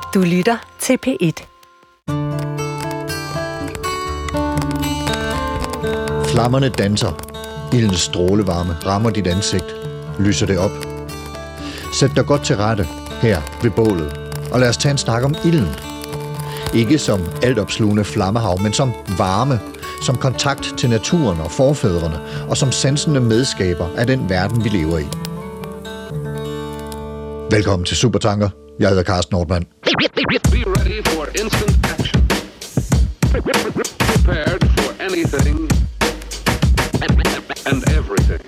Du lytter til P1. Flammerne danser. Ildens strålevarme rammer dit ansigt. Lyser det op. Sæt dig godt til rette her ved bålet. Og lad os tage en snak om ilden. Ikke som altopslugende flammehav, men som varme, som kontakt til naturen og forfædrene, og som sansende medskaber af den verden, vi lever i. Velkommen til Supertanker. Jeg hedder Carsten Nordmann. Be ready for instant action. Prepared for anything and everything.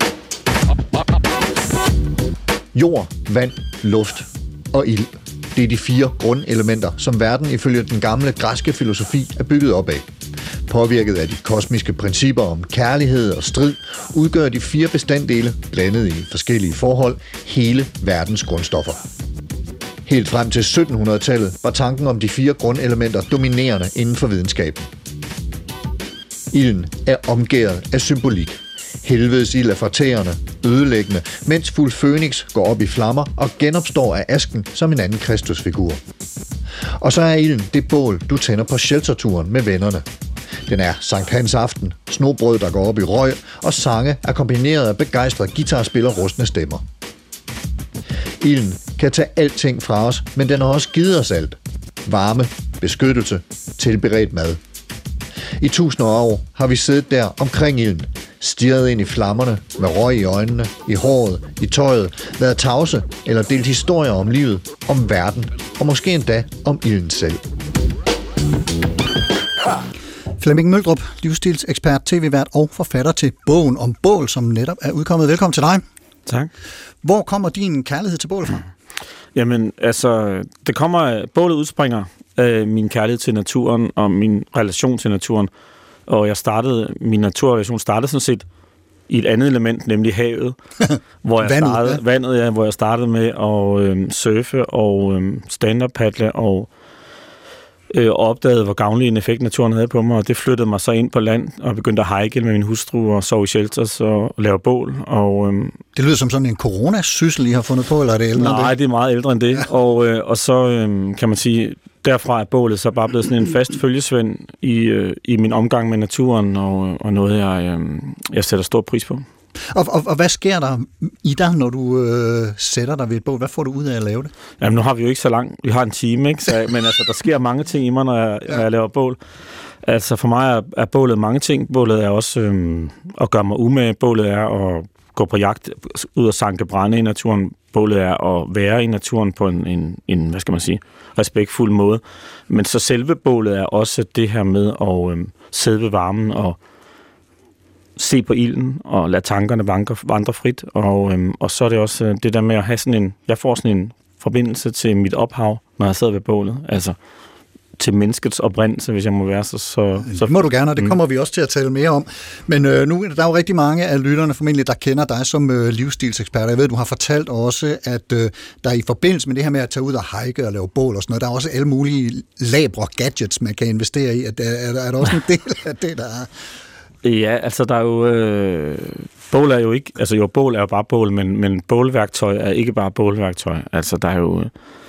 Jord, vand, luft og ild. Det er de 4 grundelementer, som verden ifølge den gamle græske filosofi er bygget op af. Påvirket af de kosmiske principper om kærlighed og strid, udgør de 4 bestanddele, blandet i forskellige forhold, hele verdens grundstoffer. Helt frem til 1700-tallet var tanken om de 4 grundelementer dominerende inden for videnskaben. Ilden er omgærdet af symbolik. Helvedes ild er fortærende, ødelæggende, mens Fuld Fønix går op i flammer og genopstår af asken som en anden kristusfigur. Og så er ilden det bål, du tænder på shelterturen med vennerne. Den er Sankt Hans aften, snobrød, der går op i røg, og sange akkompagneret af begejstrede guitarspiller rustne stemmer. Ilden kan tage alting fra os, men den har også givet os alt. Varme, beskyttelse, tilberedt mad. I tusinder af år har vi siddet der omkring ilden, stirret ind i flammerne, med røg i øjnene, i håret, i tøjet, været tavse eller delt historier om livet, om verden, og måske endda om ilden selv. Flemming Møldrup, livsstilsekspert, tv-vært og forfatter til bogen om bål, som netop er udkommet. Velkommen til dig. Tak. Hvor kommer din kærlighed til bål fra? Jamen, altså, bålet udspringer af min kærlighed til naturen og min relation til naturen. Og min naturrelation startede sådan set i et andet element, nemlig havet, hvor jeg startede med at surfe og stand-up-paddle og opdagede, hvor gavnlig en effekt naturen havde på mig, og det flyttede mig så ind på land og begyndte at hike med min hustru og sove i shelters og lave bål. Og, det lyder som sådan en coronasyssel, I har fundet på, eller er det ældre end det? Nej, det er meget ældre end det, ja. Og så kan man sige, derfra er bålet så bare blevet sådan en fast følgesvend i min omgang med naturen, og noget, jeg sætter stor pris på. Og hvad sker der i dig, når du sætter dig ved et bål? Hvad får du ud af at lave det? Jamen, nu har vi jo ikke så langt. Vi har en time, ikke? Men altså, der sker mange ting i mig, når jeg laver bål. Altså, for mig er bålet mange ting. Bålet er også at gøre mig umage. Bålet er at gå på jagt ud og sanke brænde i naturen. Bålet er at være i naturen på en hvad skal man sige, respektfuld måde. Men så selve bålet er også det her med at sidde ved varmen og se på ilden og lade tankerne vandre frit. Og så er det også det der med at have jeg får sådan en forbindelse til mit ophav, når jeg sidder ved bålet. Altså til menneskets oprindelse, hvis jeg må være så det må du gerne, og det kommer vi også til at tale mere om. Men nu der er jo rigtig mange af lytterne formentlig, der kender dig som livsstilsekspert. Jeg ved, du har fortalt også, at der i forbindelse med det her med at tage ud og hike og lave bål og sådan noget, der er også alle mulige labre gadgets, man kan investere i. Er der også en del af det, der er? Ja, altså der er jo... bål er jo ikke... Altså jo, bål er jo bare bål, men bålværktøj er ikke bare bålværktøj. Altså der er jo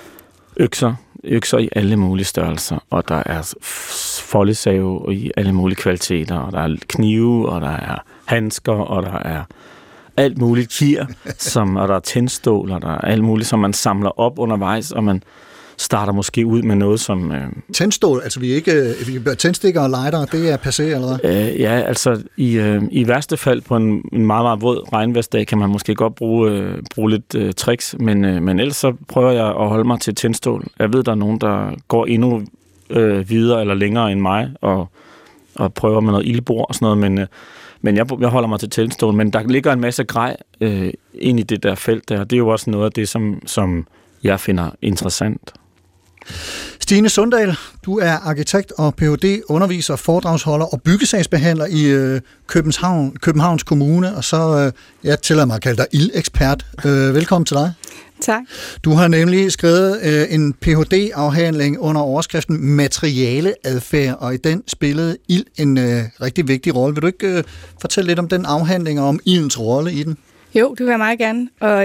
økser i alle mulige størrelser, og der er foldesave i alle mulige kvaliteter, og der er knive, og der er handsker, og der er alt muligt kir, og der er tændstål, og der er alt muligt, som man samler op undervejs, og man starter måske ud med noget som... Tændstål, altså vi tændstikker og lighter, det er passé, eller hvad? Ja, altså i værste fald på en meget, meget våd regnværsdag kan man måske godt bruge lidt tricks, men ellers så prøver jeg at holde mig til tændstål. Jeg ved, der er nogen, der går endnu videre eller længere end mig, og prøver med noget ildbord og sådan noget, men jeg holder mig til tændstål. Men der ligger en masse grej ind i det der felt der, og det er jo også noget af det, som jeg finder interessant. Stine Sundal, du er arkitekt og Ph.D., underviser, foredragsholder og byggesagsbehandler i Københavns Kommune, og så jeg tillader mig at kalde dig ildekspert. Velkommen til dig. Tak. Du har nemlig skrevet en Ph.D.-afhandling under overskriften Materialeadfærd, og i den spillede ild en rigtig vigtig rolle. Vil du ikke fortælle lidt om den afhandling og om ildens rolle i den? Jo, det vil jeg meget gerne, og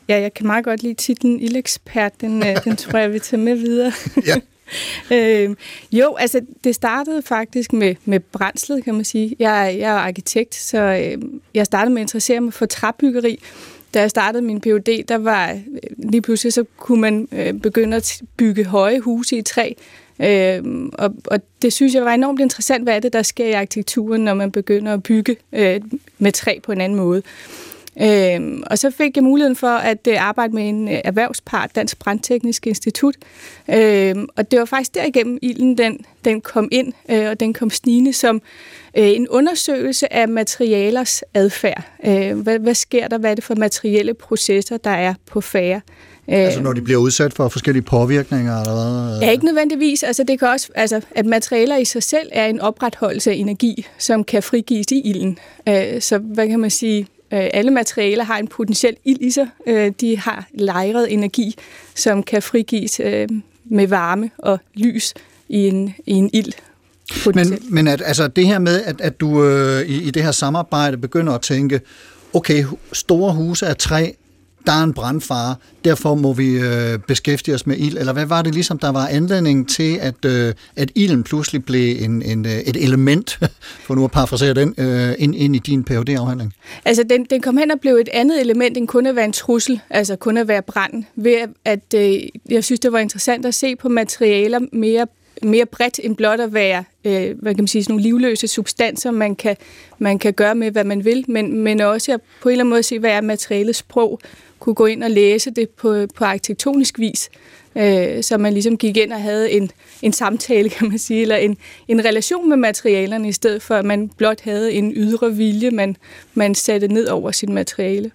jeg kan meget godt lide titlen ildekspert. Den tror jeg, vi tager med videre. Ja. Jo, altså det startede faktisk med brændslet, kan man sige. Jeg er arkitekt, så jeg startede med at interessere mig for træbyggeri. Da jeg startede min Ph.D., der var lige pludselig, så kunne man begynde at bygge høje huse i træ. Og det synes jeg var enormt interessant, hvad er det, der sker i arkitekturen, når man begynder at bygge med træ på en anden måde. Og så fik jeg muligheden for at arbejde med en erhvervspart, Dansk Brandteknisk Institut. Og det var faktisk derigennem ilden, den kom ind, og den kom snigende som en undersøgelse af materialers adfærd. Hvad sker der? Hvad er det for materielle processer, der er på færre? Altså når de bliver udsat for forskellige påvirkninger eller hvad? Ja, ikke nødvendigvis. Altså det kan også, at materialer i sig selv er en opretholdelse af energi, som kan frigives i ilden. Så hvad kan man sige? Alle materialer har en potentiel ild i sig. De har lejret energi, som kan frigives med varme og lys i en ild. Men altså det her med, at du i det her samarbejde begynder at tænke, okay, store huse af træ, der er en brandfare, derfor må vi beskæftige os med ild. Eller hvad var det ligesom, der var anledning til, at ilden pludselig blev et element, for nu at parafrasere den, ind i din Ph.D.-afhandling? Altså, den kom hen og blev et andet element, end kun at være en trussel, altså kun at være brand, ved at jeg synes, det var interessant at se på materialer mere bredt end blot at være hvad kan man sige, sådan nogle livløse substanser, man kan gøre med, hvad man vil, men også på en eller anden måde se, hvad er materialets sprog, kunne gå ind og læse det på arkitektonisk vis, så man ligesom gik ind og havde en samtale, kan man sige, eller en relation med materialerne, i stedet for at man blot havde en ydre vilje, man satte ned over sit materiale.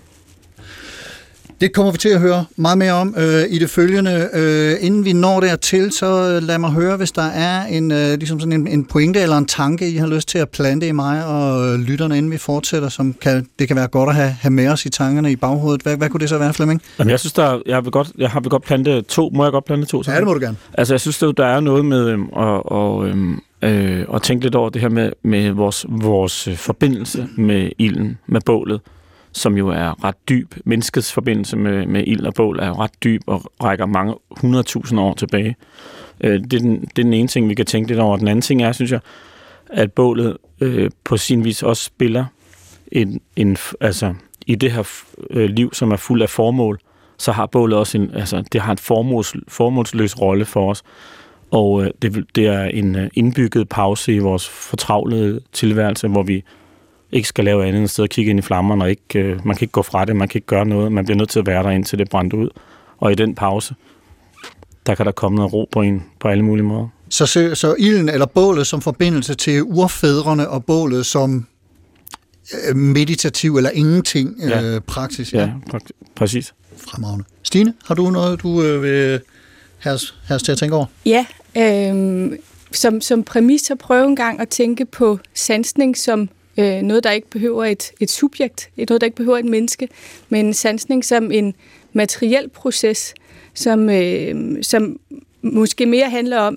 Det kommer vi til at høre meget mere om i det følgende. Inden vi når dertil, så lad mig høre, hvis der er ligesom sådan en pointe eller en tanke, I har lyst til at plante i mig og lytterne, inden vi fortsætter, som det kan være godt at have med os i tankerne i baghovedet. Hvad kunne det så være, Flemming? Jamen, jeg synes, jeg vil godt plante to. Må jeg godt plante to? Ja, det må du gerne. Altså, jeg synes, der er noget med at tænke lidt over det her med vores forbindelse med ilden, med bålet, som jo er ret dyb. Menneskets forbindelse med ild og bål er ret dyb og rækker mange 100.000 år tilbage. Det er den ene ting, vi kan tænke lidt over. Den anden ting er, synes jeg, at bålet på sin vis også spiller altså i det her liv, som er fuld af formål, så har bålet også det har en formålsløs rolle for os. Og det er en indbygget pause i vores fortravlede tilværelse, hvor vi ikke skal lave andet end sted at kigge ind i flammerne, og man kan ikke gå fra det, man kan ikke gøre noget, man bliver nødt til at være der, indtil det brænder ud. Og i den pause, der kan der komme noget ro på en på alle mulige måder. Så ilden eller bålet som forbindelse til urfædrene, og bålet som meditativ eller ingenting praksis. Ja, præcis. Fremragende. Stine, har du noget, du vil have os til at tænke over? Ja, som præmis så prøve en gang at tænke på sansning som noget, der ikke behøver et subjekt, noget, der ikke behøver et menneske, men sansning som en materiel proces, som måske mere handler om,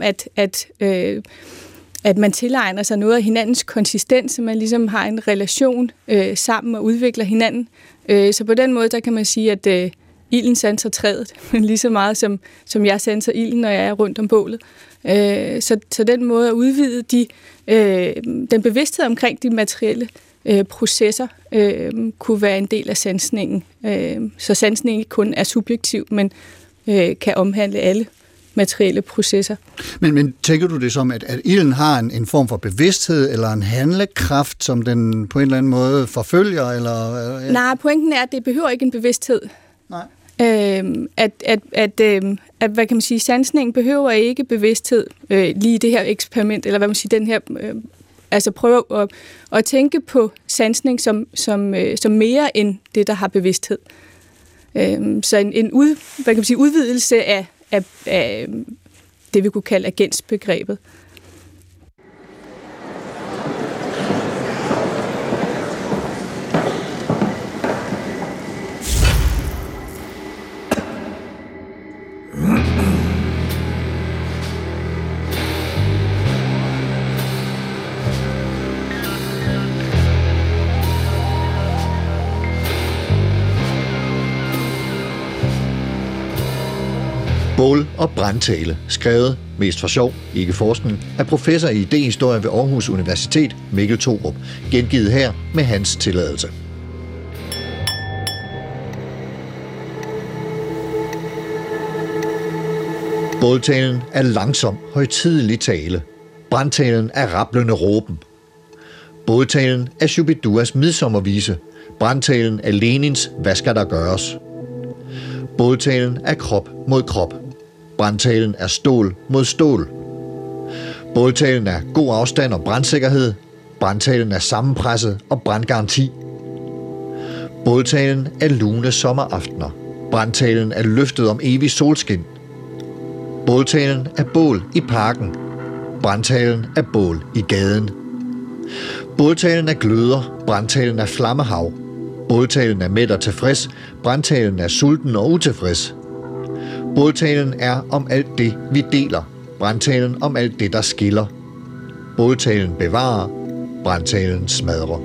at man tilegner sig noget af hinandens konsistens, så man ligesom har en relation sammen og udvikler hinanden. Så på den måde, der kan man sige, at ilden sanser træet, lige så meget som jeg sanser ilden, når jeg er rundt om bålet. Så den måde at udvide den bevidsthed omkring de materielle processer kunne være en del af sansningen. Så sansningen ikke kun er subjektiv, men kan omhandle alle materielle processer. Men tænker du det som, at ilden har en form for bevidsthed eller en handlekraft, som den på en eller anden måde forfølger? Eller? Nej, pointen er, at det behøver ikke en bevidsthed. Nej. At hvad kan man sige, sansningen behøver ikke bevidsthed lige det her eksperiment, eller hvad man siger, den her, altså prøve at tænke på sansning som mere end det, der har bevidsthed. Så hvad kan man sige, udvidelse af det, vi kunne kalde agentsbegrebet. Bål og brandtale, skrevet, mest for sjov, ikke forskning, af professor i idéhistorie ved Aarhus Universitet, Mikkel Thorup, gengivet her med hans tilladelse. Båltalen er langsom, højtidelig tale. Brandtalen er rablende råben. Båltalen er Shubiduas midsommervise. Brandtalen er Lenins Hvad skal der gøres? Båltalen er krop mod krop. Brandtalen er stål mod stål. Båltalen er god afstand og brandsikkerhed. Brandtalen er sammenpresset og brandgaranti. Båltalen er lune sommeraftener. Brandtalen er løftet om evig solskin. Båltalen er bål i parken. Brandtalen er bål i gaden. Båltalen er gløder. Brandtalen er flammehav. Båltalen er mæt og tilfreds. Brandtalen er sulten og utilfreds. Båltalen er om alt det, vi deler. Brandtalen om alt det, der skiller. Båltalen bevarer. Brandtalen smadrer.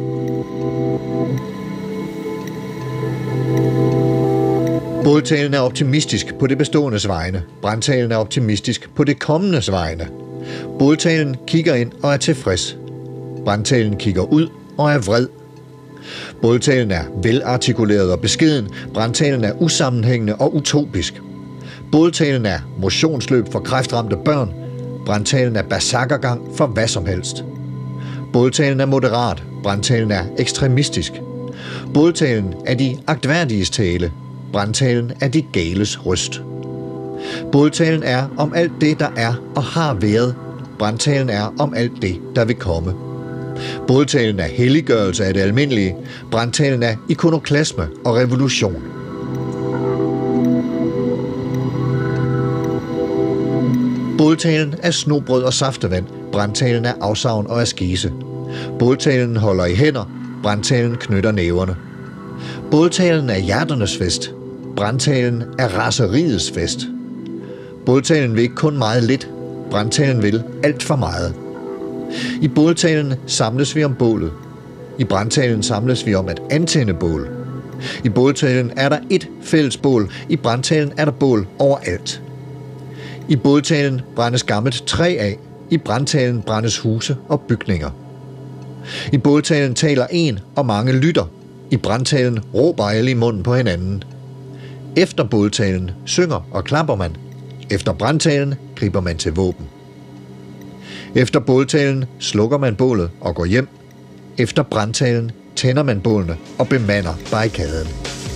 Båltalen er optimistisk på det beståendes vegne. Brandtalen er optimistisk på det kommendes vegne. Båltalen kigger ind og er tilfreds. Brandtalen kigger ud og er vred. Båltalen er velartikuleret og beskeden. Brandtalen er usammenhængende og utopisk. Båltalen er motionsløb for kræftramte børn. Brandtalen er berserkergang for hvad som helst. Båltalen er moderat. Brandtalen er ekstremistisk. Båltalen er de agtværdiges tale. Brandtalen er de gales røst. Båltalen er om alt det, der er og har været. Brandtalen er om alt det, der vil komme. Båltalen er helliggørelse af det almindelige. Brandtalen er ikonoklasme og revolution. Båltalen er snobrød og saftevand. Brandtalen er afsavn og askese. Båltalen holder i hænder. Brandtalen knytter næverne. Båltalen er hjerternes fest. Brandtalen er raseriets fest. Båltalen vil ikke kun meget lidt. Brandtalen vil alt for meget. I båltalen samles vi om bålet. I brandtalen samles vi om at antænde bål. I båltalen er der et fælles bål. I brandtalen er der bål overalt. I båltalen brændes gammelt træ af. I brandtalen brændes huse og bygninger. I båltalen taler en, og mange lytter. I brandtalen råber alle i munden på hinanden. Efter båltalen synger og klapper man. Efter brandtalen griber man til våben. Efter båltalen slukker man bålet og går hjem. Efter brandtalen tænder man bålene og bemander barrikaden.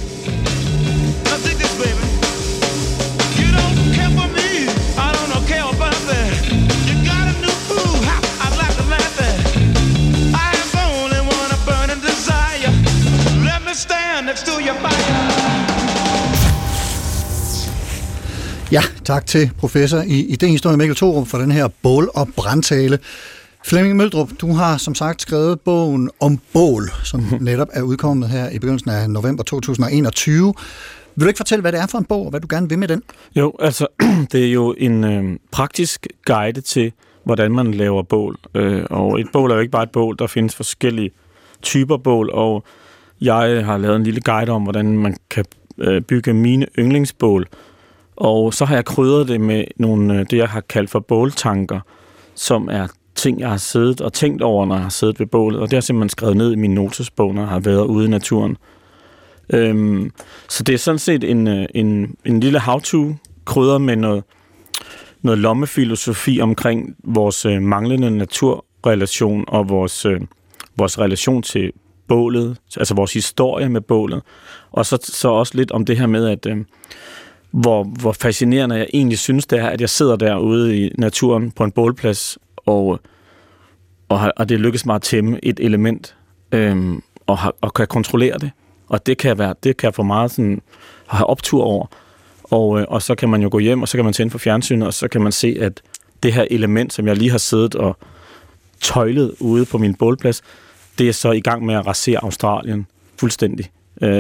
Ja, tak til professor i idéhistorie Mikkel Thorup for den her bål- og brandtale. Flemming Møldrup, du har som sagt skrevet bogen om bål, som netop er udkommet her i begyndelsen af november 2021. Vil du ikke fortælle, hvad det er for en bog, og hvad du gerne vil med den? Jo, altså, det er jo en praktisk guide til, hvordan man laver bål. Og et bål er jo ikke bare et bål, der findes forskellige typer bål, og jeg har lavet en lille guide om, hvordan man kan bygge mine yndlingsbål. Og så har jeg krydret det med nogle, det jeg har kaldt for båltanker, som er ting, jeg har siddet og tænkt over, når jeg har siddet ved bålet. Og det har jeg simpelthen skrevet ned i min notesbog, når jeg har været ude i naturen. Så det er sådan set en lille how-to krydret med noget lommefilosofi omkring vores manglende naturrelation og vores relation til bålet, altså vores historie med bålet. Og så også lidt om det her med, at hvor fascinerende jeg egentlig synes, det er, at jeg sidder derude i naturen på en bålplads, og det lykkes mig at tæmme et element, og kan kontrollere det. Og det kan jeg få meget sådan, at have optur over. Og så kan man jo gå hjem, og så kan man tænde for fjernsynet, og så kan man se, at det her element, som jeg lige har siddet og tøjlet ude på min bålplads, det er så i gang med at rasere Australien fuldstændig.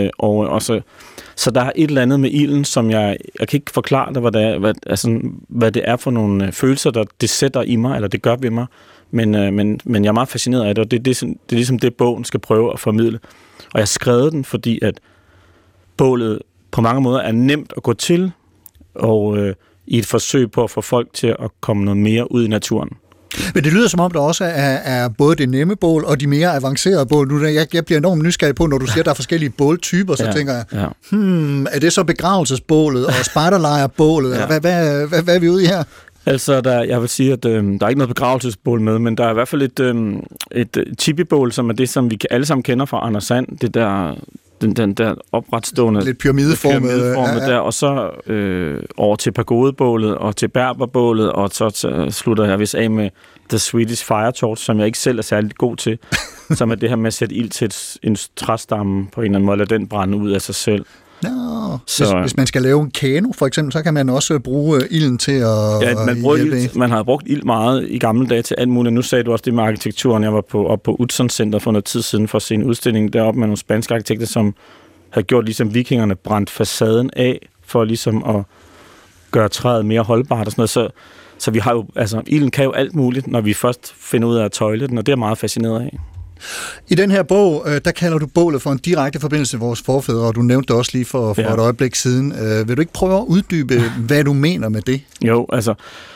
Så der er et eller andet med ilden, som jeg kan ikke forklare dig, hvad det er for nogle følelser, der det sætter i mig, eller det gør ved mig, men jeg er meget fascineret af det, og det er ligesom det, bogen skal prøve at formidle. Og jeg skrev den, fordi at bålet på mange måder er nemt at gå til, i et forsøg på at få folk til at komme noget mere ud i naturen. Men det lyder som om, der også er både det nemme bål og de mere avancerede bål. Nu, jeg bliver enormt nysgerrig på, når du siger, at der er forskellige båltyper, så tænker jeg, er det så begravelsesbålet og spejderlejrbålet, eller hvad er vi ude i her? Altså, jeg vil sige, at der er ikke noget begravelsesbål med, men der er i hvert fald et tipibål, som er det, som vi alle sammen kender fra Anders Sand, det der den der opretstående lidt pyramideformet der, og så over til pagodebålet og til berberbålet, og så slutter jeg vist af med The Swedish Fire Torch, som jeg ikke selv er særlig god til, som er det her med at sætte ild til en træstamme på en eller anden måde, lade den brænde ud af sig selv. Nå, hvis man skal lave en kano, for eksempel, så kan man også bruge ilden til at man har brugt ild meget i gamle dage til alt muligt. Nu sagde du også det med arkitekturen. Jeg var op på Utzon Center for noget tid siden for at se en udstilling deroppe med nogle spanske arkitekter, som havde gjort ligesom vikingerne, brændt facaden af for ligesom at gøre træet mere holdbart og sådan noget. Så vi har jo, altså ilden kan jo alt muligt, når vi først finder ud af at tøjle den, og det er meget fascineret af. I den her bog, der kalder du bålet for en direkte forbindelse til vores forfædre, og du nævnte det også lige for et øjeblik siden. Vil du ikke prøve at uddybe, hvad du mener med det? Jo, altså,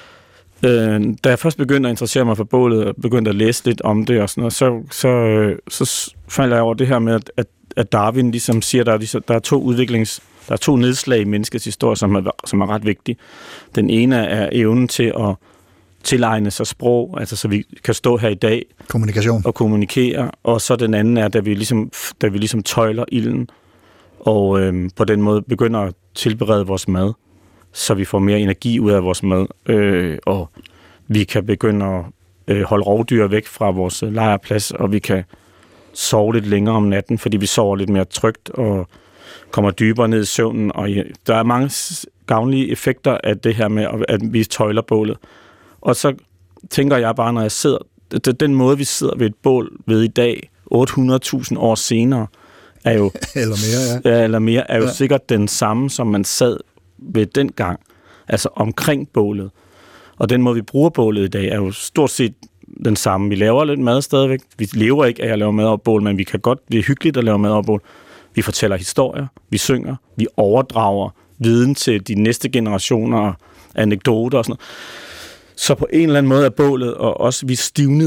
da jeg først begyndte at interessere mig for bålet, og begyndte at læse lidt om det og sådan noget, så faldt jeg over det her med, at Darwin ligesom siger, at der er to nedslag i menneskets historie, som er ret vigtige. Den ene er evnen til at tilegne sig sprog, altså så vi kan stå her i dag og kommunikere, og så den anden er, da vi ligesom tøjler ilden, og på den måde begynder at tilberede vores mad, så vi får mere energi ud af vores mad, og vi kan begynde at holde rovdyr væk fra vores lejrplads, og vi kan sove lidt længere om natten, fordi vi sover lidt mere trygt og kommer dybere ned i søvnen, og der er mange gavnlige effekter af det her med, at vi tøjler bålet. Og så tænker jeg bare, når jeg sidder, den måde, vi sidder ved et bål ved i dag, 800.000 år senere, er jo eller mere, er jo sikkert den samme, som man sad ved den gang, altså omkring bålet. Og den måde, vi bruger bålet i dag, er jo stort set den samme. Vi laver lidt mad stadigvæk. Vi lever ikke af at lave mad over bål, men vi kan godt, det er hyggeligt at lave mad over bål. Vi fortæller historier, vi synger, vi overdrager viden til de næste generationer, anekdoter og sådan noget. Så på en eller anden måde er bålet, og også vi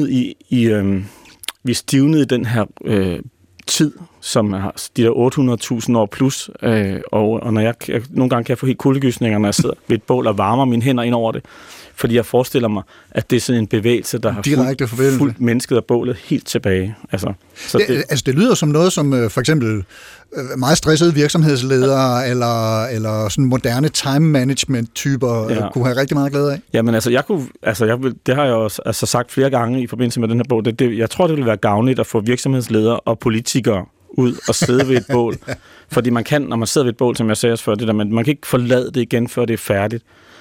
stivnede i den her tid, som er de der 800.000 år plus, og når jeg nogle gange kan jeg få helt kuldegysninger, når jeg sidder ved et bål og varmer mine hænder ind over det, fordi jeg forestiller mig, at det er sådan en bevægelse, der har fuldt mennesket af bålet helt tilbage. Altså, det lyder som noget, som for eksempel meget stressede virksomhedsledere eller sådan moderne time management typer kunne have rigtig meget glæde af. Jamen det har jeg også sagt flere gange i forbindelse med den her bog. Jeg tror, det vil være gavnligt at få virksomhedsledere og politikere ud og sidde ved et bål. Fordi man kan, når man sidder ved et bål, som jeg sagde også før, det der, man kan ikke forlade det igen, før det er færdigt.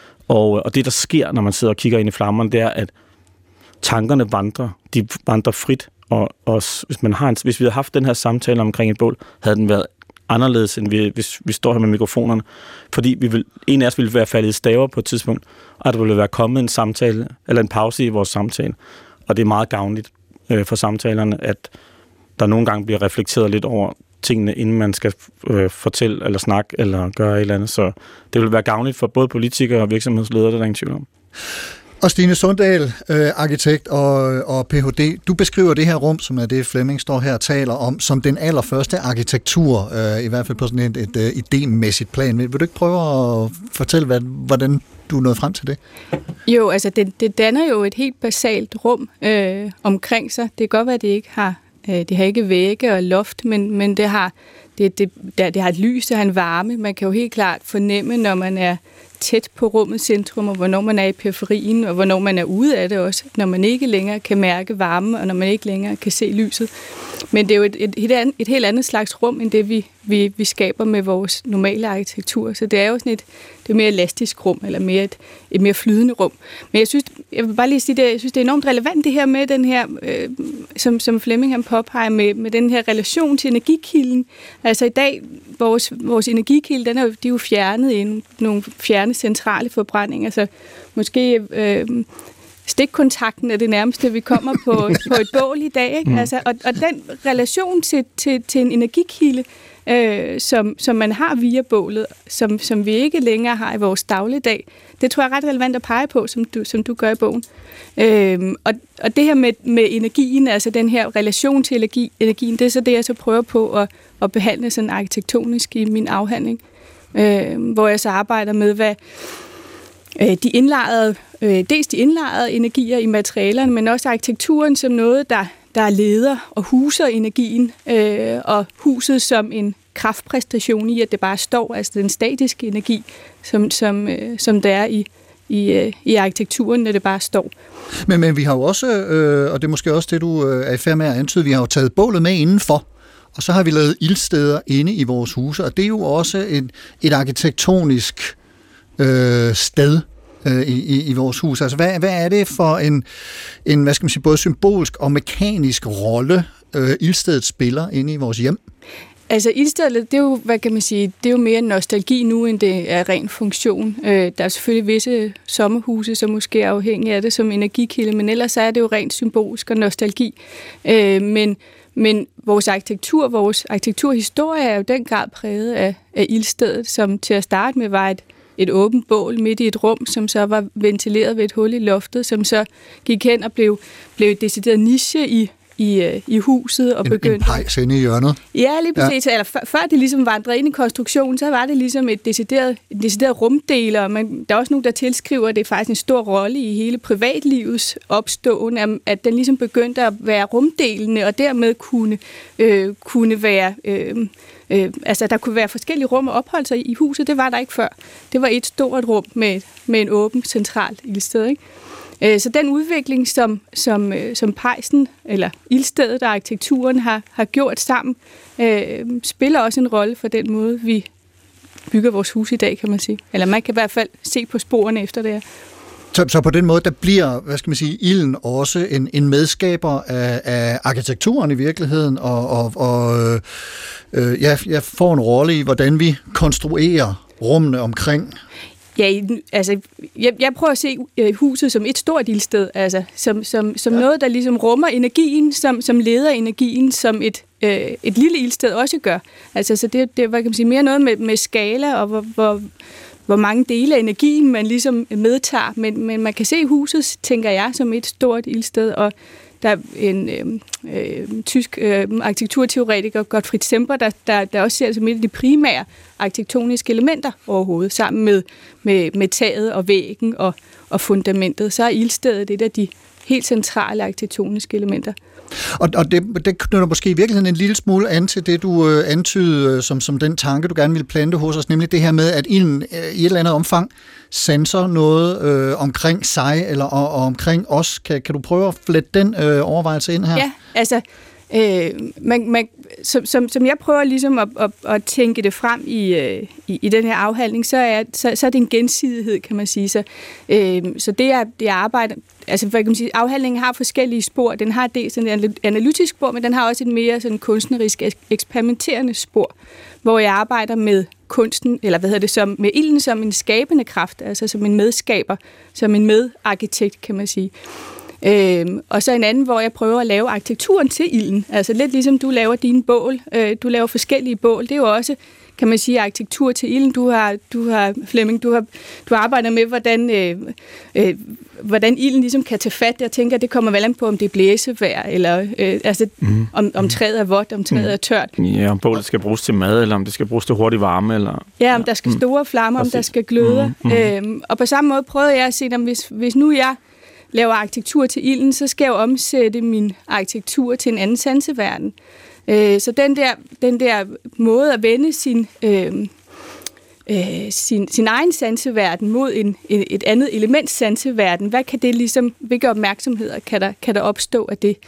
Og det, der sker, når man sidder og kigger ind i flammerne, det er, at tankerne vandrer frit. Og hvis vi havde haft den her samtale omkring et bål, havde den været anderledes, end hvis vi står her med mikrofonerne. Fordi en af os ville være faldet i staver på et tidspunkt, og der ville være kommet en samtale, eller en pause i vores samtale. Og det er meget gavnligt for samtalerne, at der nogle gange bliver reflekteret lidt over tingene, inden man skal fortælle, eller snakke, eller gøre et eller andet. Så det vil være gavnligt for både politikere og virksomhedsledere, der er ingen tvivl om. Og Stine Sundal, arkitekt og Ph.D., du beskriver det her rum, som er det Flemming står her og taler om, som den allerførste arkitektur, i hvert fald på sådan et idémæssigt plan. Vil du ikke prøve at fortælle, hvordan du nåede frem til det? Jo, altså det danner jo et helt basalt rum omkring sig. Det kan godt være, at det har ikke vægge og loft, men det har et lys, det har en varme. Man kan jo helt klart fornemme, når man er tæt på rummets centrum, og hvornår man er i periferien, og hvornår man er ude af det også, når man ikke længere kan mærke varme, og når man ikke længere kan se lyset. Men det er jo et helt andet slags rum, end det vi skaber med vores normale arkitektur. Så det er jo sådan et mere elastisk rum, eller mere et mere flydende rum. Men jeg vil bare lige sige, jeg synes, det er enormt relevant det her med den her, som Flemming han påpeger, med den her relation til energikilden. Altså i dag, vores energikilde, de er jo fjernet i nogle fjerne centrale forbrændinger. Altså måske stikkontakten er det nærmeste, vi kommer på et bål i dag. Ikke? Altså, og den relation til en energikilde som man har via bålet, som vi ikke længere har i vores dagligdag. Det tror jeg er ret relevant at pege på, som du gør i bogen. Og det her med energien, altså den her relation til energien, det er så det, jeg så prøver på at behandle sådan arkitektonisk i min afhandling, hvor jeg så arbejder med, hvad dels de indlejrede energier i materialerne, men også arkitekturen som noget, der leder og huser energien, og huset som en kraftpræstation i, at det bare står, altså den statiske energi, som der er i arkitekturen, når det bare står. Men vi har jo også, og det er måske også det, du er i færd med at antyde, vi har jo taget bålet med indenfor, og så har vi lavet ildsteder inde i vores huse, og det er jo også et arkitektonisk sted i vores hus. Altså, hvad er det for en hvad skal man sige, både symbolsk og mekanisk rolle, ildstedet spiller inde i vores hjem? Altså ildstedet, det er jo, hvad kan man sige, det er jo mere nostalgi nu, end det er ren funktion. Der er selvfølgelig visse sommerhuse, som måske er afhængige af det som energikilde, men ellers er det jo rent symbolsk og nostalgi. Men vores arkitekturhistorie er jo den grad præget af ildstedet, som til at starte med var et åbent bål midt i et rum, som så var ventileret ved et hul i loftet, som så gik hen og blev et decideret niche i huset og begyndte... En pejs inde i hjørnet. Ja, lige præcis. Ja. Eller før det ligesom vandrede ind i konstruktionen, så var det ligesom et decideret rumdeler. Men der er også nogen, der tilskriver, at det er faktisk en stor rolle i hele privatlivets opståen, at den ligesom begyndte at være rumdelende, og dermed kunne være... altså, der kunne være forskellige rum at opholde sig i huset. Det var der ikke før. Det var et stort rum med en åben centralt ildsted, ikke? Så den udvikling, som pejsen, eller ildstedet og arkitekturen har gjort sammen, spiller også en rolle for den måde, vi bygger vores hus i dag, kan man sige. Eller man kan i hvert fald se på sporene efter det her. Så på den måde, der bliver, hvad skal man sige, ilden også en medskaber af arkitekturen i virkeligheden, og jeg får en rolle i, hvordan vi konstruerer rummene omkring. Ja, altså, jeg prøver at se huset som et stort ildsted, altså, som noget, der ligesom rummer energien, som leder energien, som et lille ildsted også gør. Altså, så det hvad kan man sige, mere noget med skala, og hvor mange dele af energien man ligesom medtager, men man kan se huset, tænker jeg, som et stort ildsted, og der er en tysk arkitekturteoretiker, Gottfried Semper, der også ser det som et af de primære arkitektoniske elementer overhovedet, sammen med taget og væggen og fundamentet. Så er ildstedet et af de helt centrale arkitektoniske elementer. Og det knytter måske i virkeligheden en lille smule an til det, du antydede som den tanke, du gerne ville plante hos os, nemlig det her med, at ilden i et eller andet omfang sanser noget omkring sig eller omkring os. Kan du prøve at flette den overvejelse ind her? Ja, altså som jeg prøver ligesom at tænke det frem i den her afhandling, så er det en gensidighed, kan man sige. Så det arbejde, altså hvad kan man sige, afhandlingen har forskellige spor. Den har dels en analytisk spor, men den har også et mere sådan kunstnerisk eksperimenterende spor, hvor jeg arbejder med kunsten, eller med ilden som en skabende kraft, altså som en medskaber, som en medarkitekt, kan man sige. Og så en anden, hvor jeg prøver at lave arkitekturen til ilden. Altså lidt ligesom du laver dine bål. Du laver forskellige bål. Det er jo også, kan man sige, arkitektur til ilden. Du har Flemming, du arbejder med, hvordan ilden ligesom kan tage fat. Jeg tænker, det kommer vel an på, om det er blæsevejr, eller om træet er vådt, om træet er tørt. Ja, om bålet skal bruges til mad, eller om det skal bruges til hurtig varme. Eller... Ja, om der skal store flammer, om der skal gløder. Og på samme måde prøvede jeg at se, hvis nu jeg laver arkitektur til ilden, så skal jeg jo omsætte min arkitektur til en anden sanseverden. Så den der måde at vende sin egen sanseverden mod et andet elements sanseverden, hvad kan det ligesom, hvilke opmærksomheder kan der opstå af det?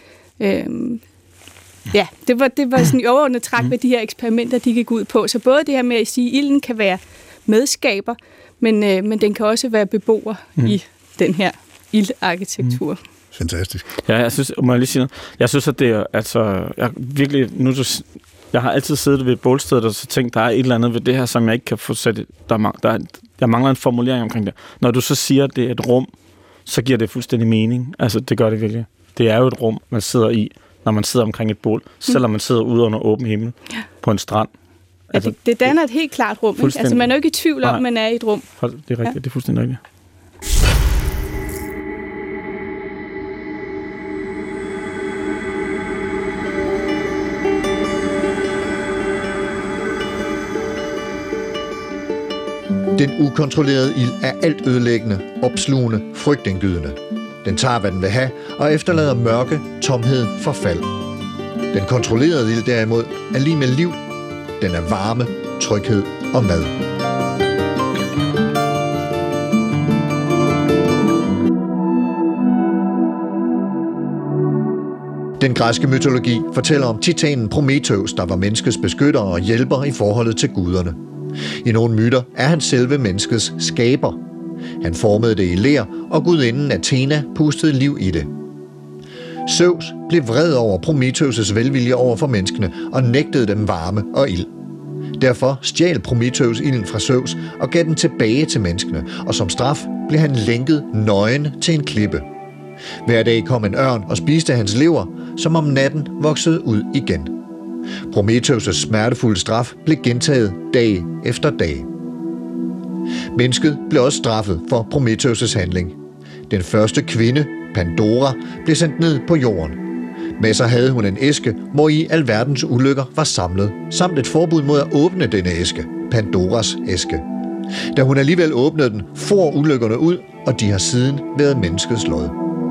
Ja, det var sådan i overordnet træk, hvad de her eksperimenter, de gik ud på. Så både det her med at sige, at ilden kan være medskaber, men den kan også være beboer i den her ildarkitektur. Fantastisk. Ja, jeg synes, må jeg lige sige noget? Jeg synes, at det er, altså, jeg har altid siddet ved bålstedet og så tænkt, der er et eller andet ved det her, som jeg ikke kan få sat. Jeg mangler en formulering omkring det. Når du så siger, at det er et rum, så giver det fuldstændig mening. Altså, det gør det virkelig. Det er jo et rum, man sidder i, når man sidder omkring et bål, selvom man sidder ude under åben himmel på en strand Altså, det danner et helt klart rum. Ikke? Altså, man er jo ikke i tvivl om, man er i et rum. Det er rigtigt, det er fuldstændig rigtigt. Den ukontrollerede ild er alt ødelæggende, opslugende, frygtindgydende. Den tager, hvad den vil have, og efterlader mørke, tomhed, forfald. Den kontrollerede ild derimod er lige med liv. Den er varme, tryghed og mad. Den græske mytologi fortæller om titanen Prometheus, der var menneskets beskytter og hjælper i forholdet til guderne. I nogle myter er han selve menneskets skaber. Han formede det i ler, og gudinden Athena pustede liv i det. Zeus blev vred over Prometheus' velvilje over for menneskene og nægtede dem varme og ild. Derfor stjal Prometheus ilden fra Zeus og gav den tilbage til menneskene, og som straf blev han lænket nøgen til en klippe. Hver dag kom en ørn og spiste hans lever, som om natten voksede ud igen. Prometheus' smertefulde straf blev gentaget dag efter dag. Mennesket blev også straffet for Prometheus' handling. Den første kvinde, Pandora, blev sendt ned på jorden. Med sig havde hun en æske, hvor i alverdens ulykker var samlet, samt et forbud mod at åbne denne æske, Pandoras æske. Da hun alligevel åbnede den, for ulykkerne ud, og de har siden været menneskets lod.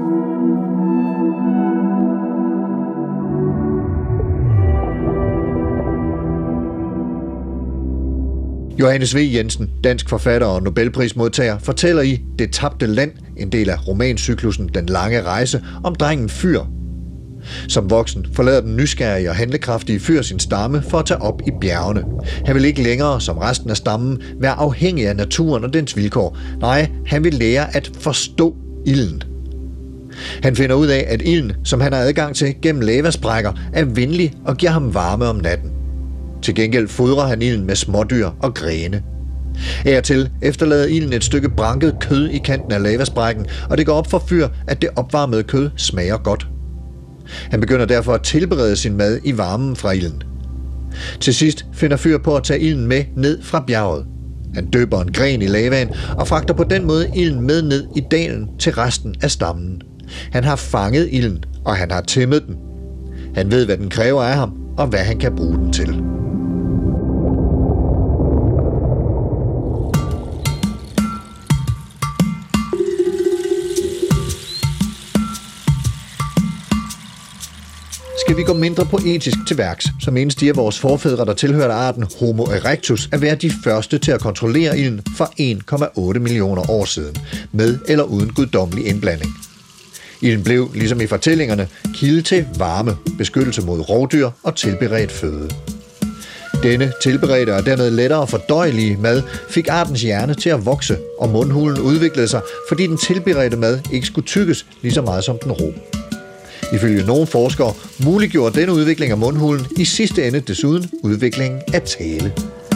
Johannes V. Jensen, dansk forfatter og Nobelprismodtager, fortæller i Det tabte land, en del af romancyklussen Den lange rejse, om drengen Fyr. Som voksen forlader den nysgerrige og handlekraftige Fyr sin stamme for at tage op i bjergene. Han vil ikke længere, som resten af stammen, være afhængig af naturen og dens vilkår. Nej, han vil lære at forstå ilden. Han finder ud af, at ilden, som han har adgang til gennem lavasprækker, er venlig og giver ham varme om natten. Til gengæld fodrer han ilden med smådyr og grene. Af og til efterlader ilden et stykke branket kød i kanten af lavasprækken, og det går op for Fyr, at det opvarmede kød smager godt. Han begynder derfor at tilberede sin mad i varmen fra ilden. Til sidst finder Fyr på at tage ilden med ned fra bjerget. Han døber en gren i lavaen og fragter på den måde ilden med ned i dalen til resten af stammen. Han har fanget ilden, og han har tæmmet den. Han ved, hvad den kræver af ham, og hvad han kan bruge den til. Skal vi gå mindre poetisk til værks, så menes de af vores forfædre, der tilhørte arten Homo erectus, at være de første til at kontrollere ilden for 1,8 millioner år siden, med eller uden guddommelig indblanding. Ilden blev, ligesom i fortællingerne, kilde til varme, beskyttelse mod rovdyr og tilberedt føde. Denne tilberedte og dermed lettere fordøjelige mad fik artens hjerne til at vokse, og mundhulen udviklede sig, fordi den tilberedte mad ikke skulle tygges lige så meget som den rå. Ifølge nogle forskere muliggjorde denne udvikling af mundhulen i sidste ende desuden udviklingen af tale.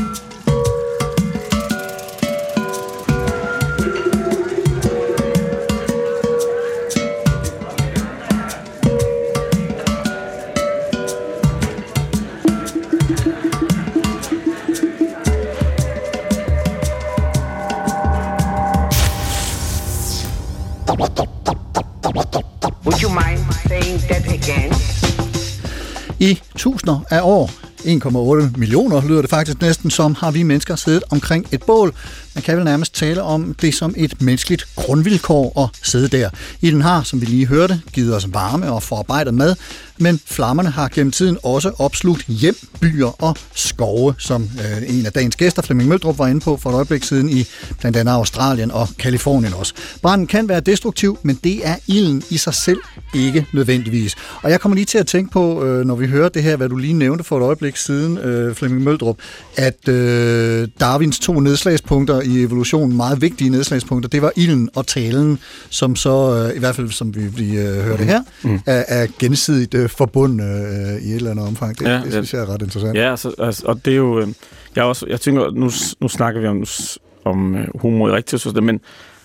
Would you mind saying that again? I tusinder af år, 1,8 millioner lyder det faktisk næsten som, har vi mennesker siddet omkring et bål. Man kan vel nærmest tale om det som et menneskeligt grundvilkår at sidde der. Ilden har, som vi lige hørte, givet os varme og forarbejdet mad, men flammerne har gennem tiden også opslugt hjem, byer og skove, som en af dagens gæster, Flemming Møldrup, var inde på for et øjeblik siden i blandt andet Australien og Kalifornien også. Branden kan være destruktiv, men det er ilden i sig selv ikke nødvendigvis. Og jeg kommer lige til at tænke på, når vi hører det her, hvad du lige nævnte for et øjeblik siden, Flemming Møldrup, at Darwins 2 nedslagspunkter i evolutionen, meget vigtige nedslagspunkter, det var ilden og talen, som så, i hvert fald som vi hørte her, er gensidigt forbundet i et eller andet omfang. Det synes jeg er ret interessant. Ja, altså, og det er jo... Jeg tænker, nu snakker vi om Homo erectus, men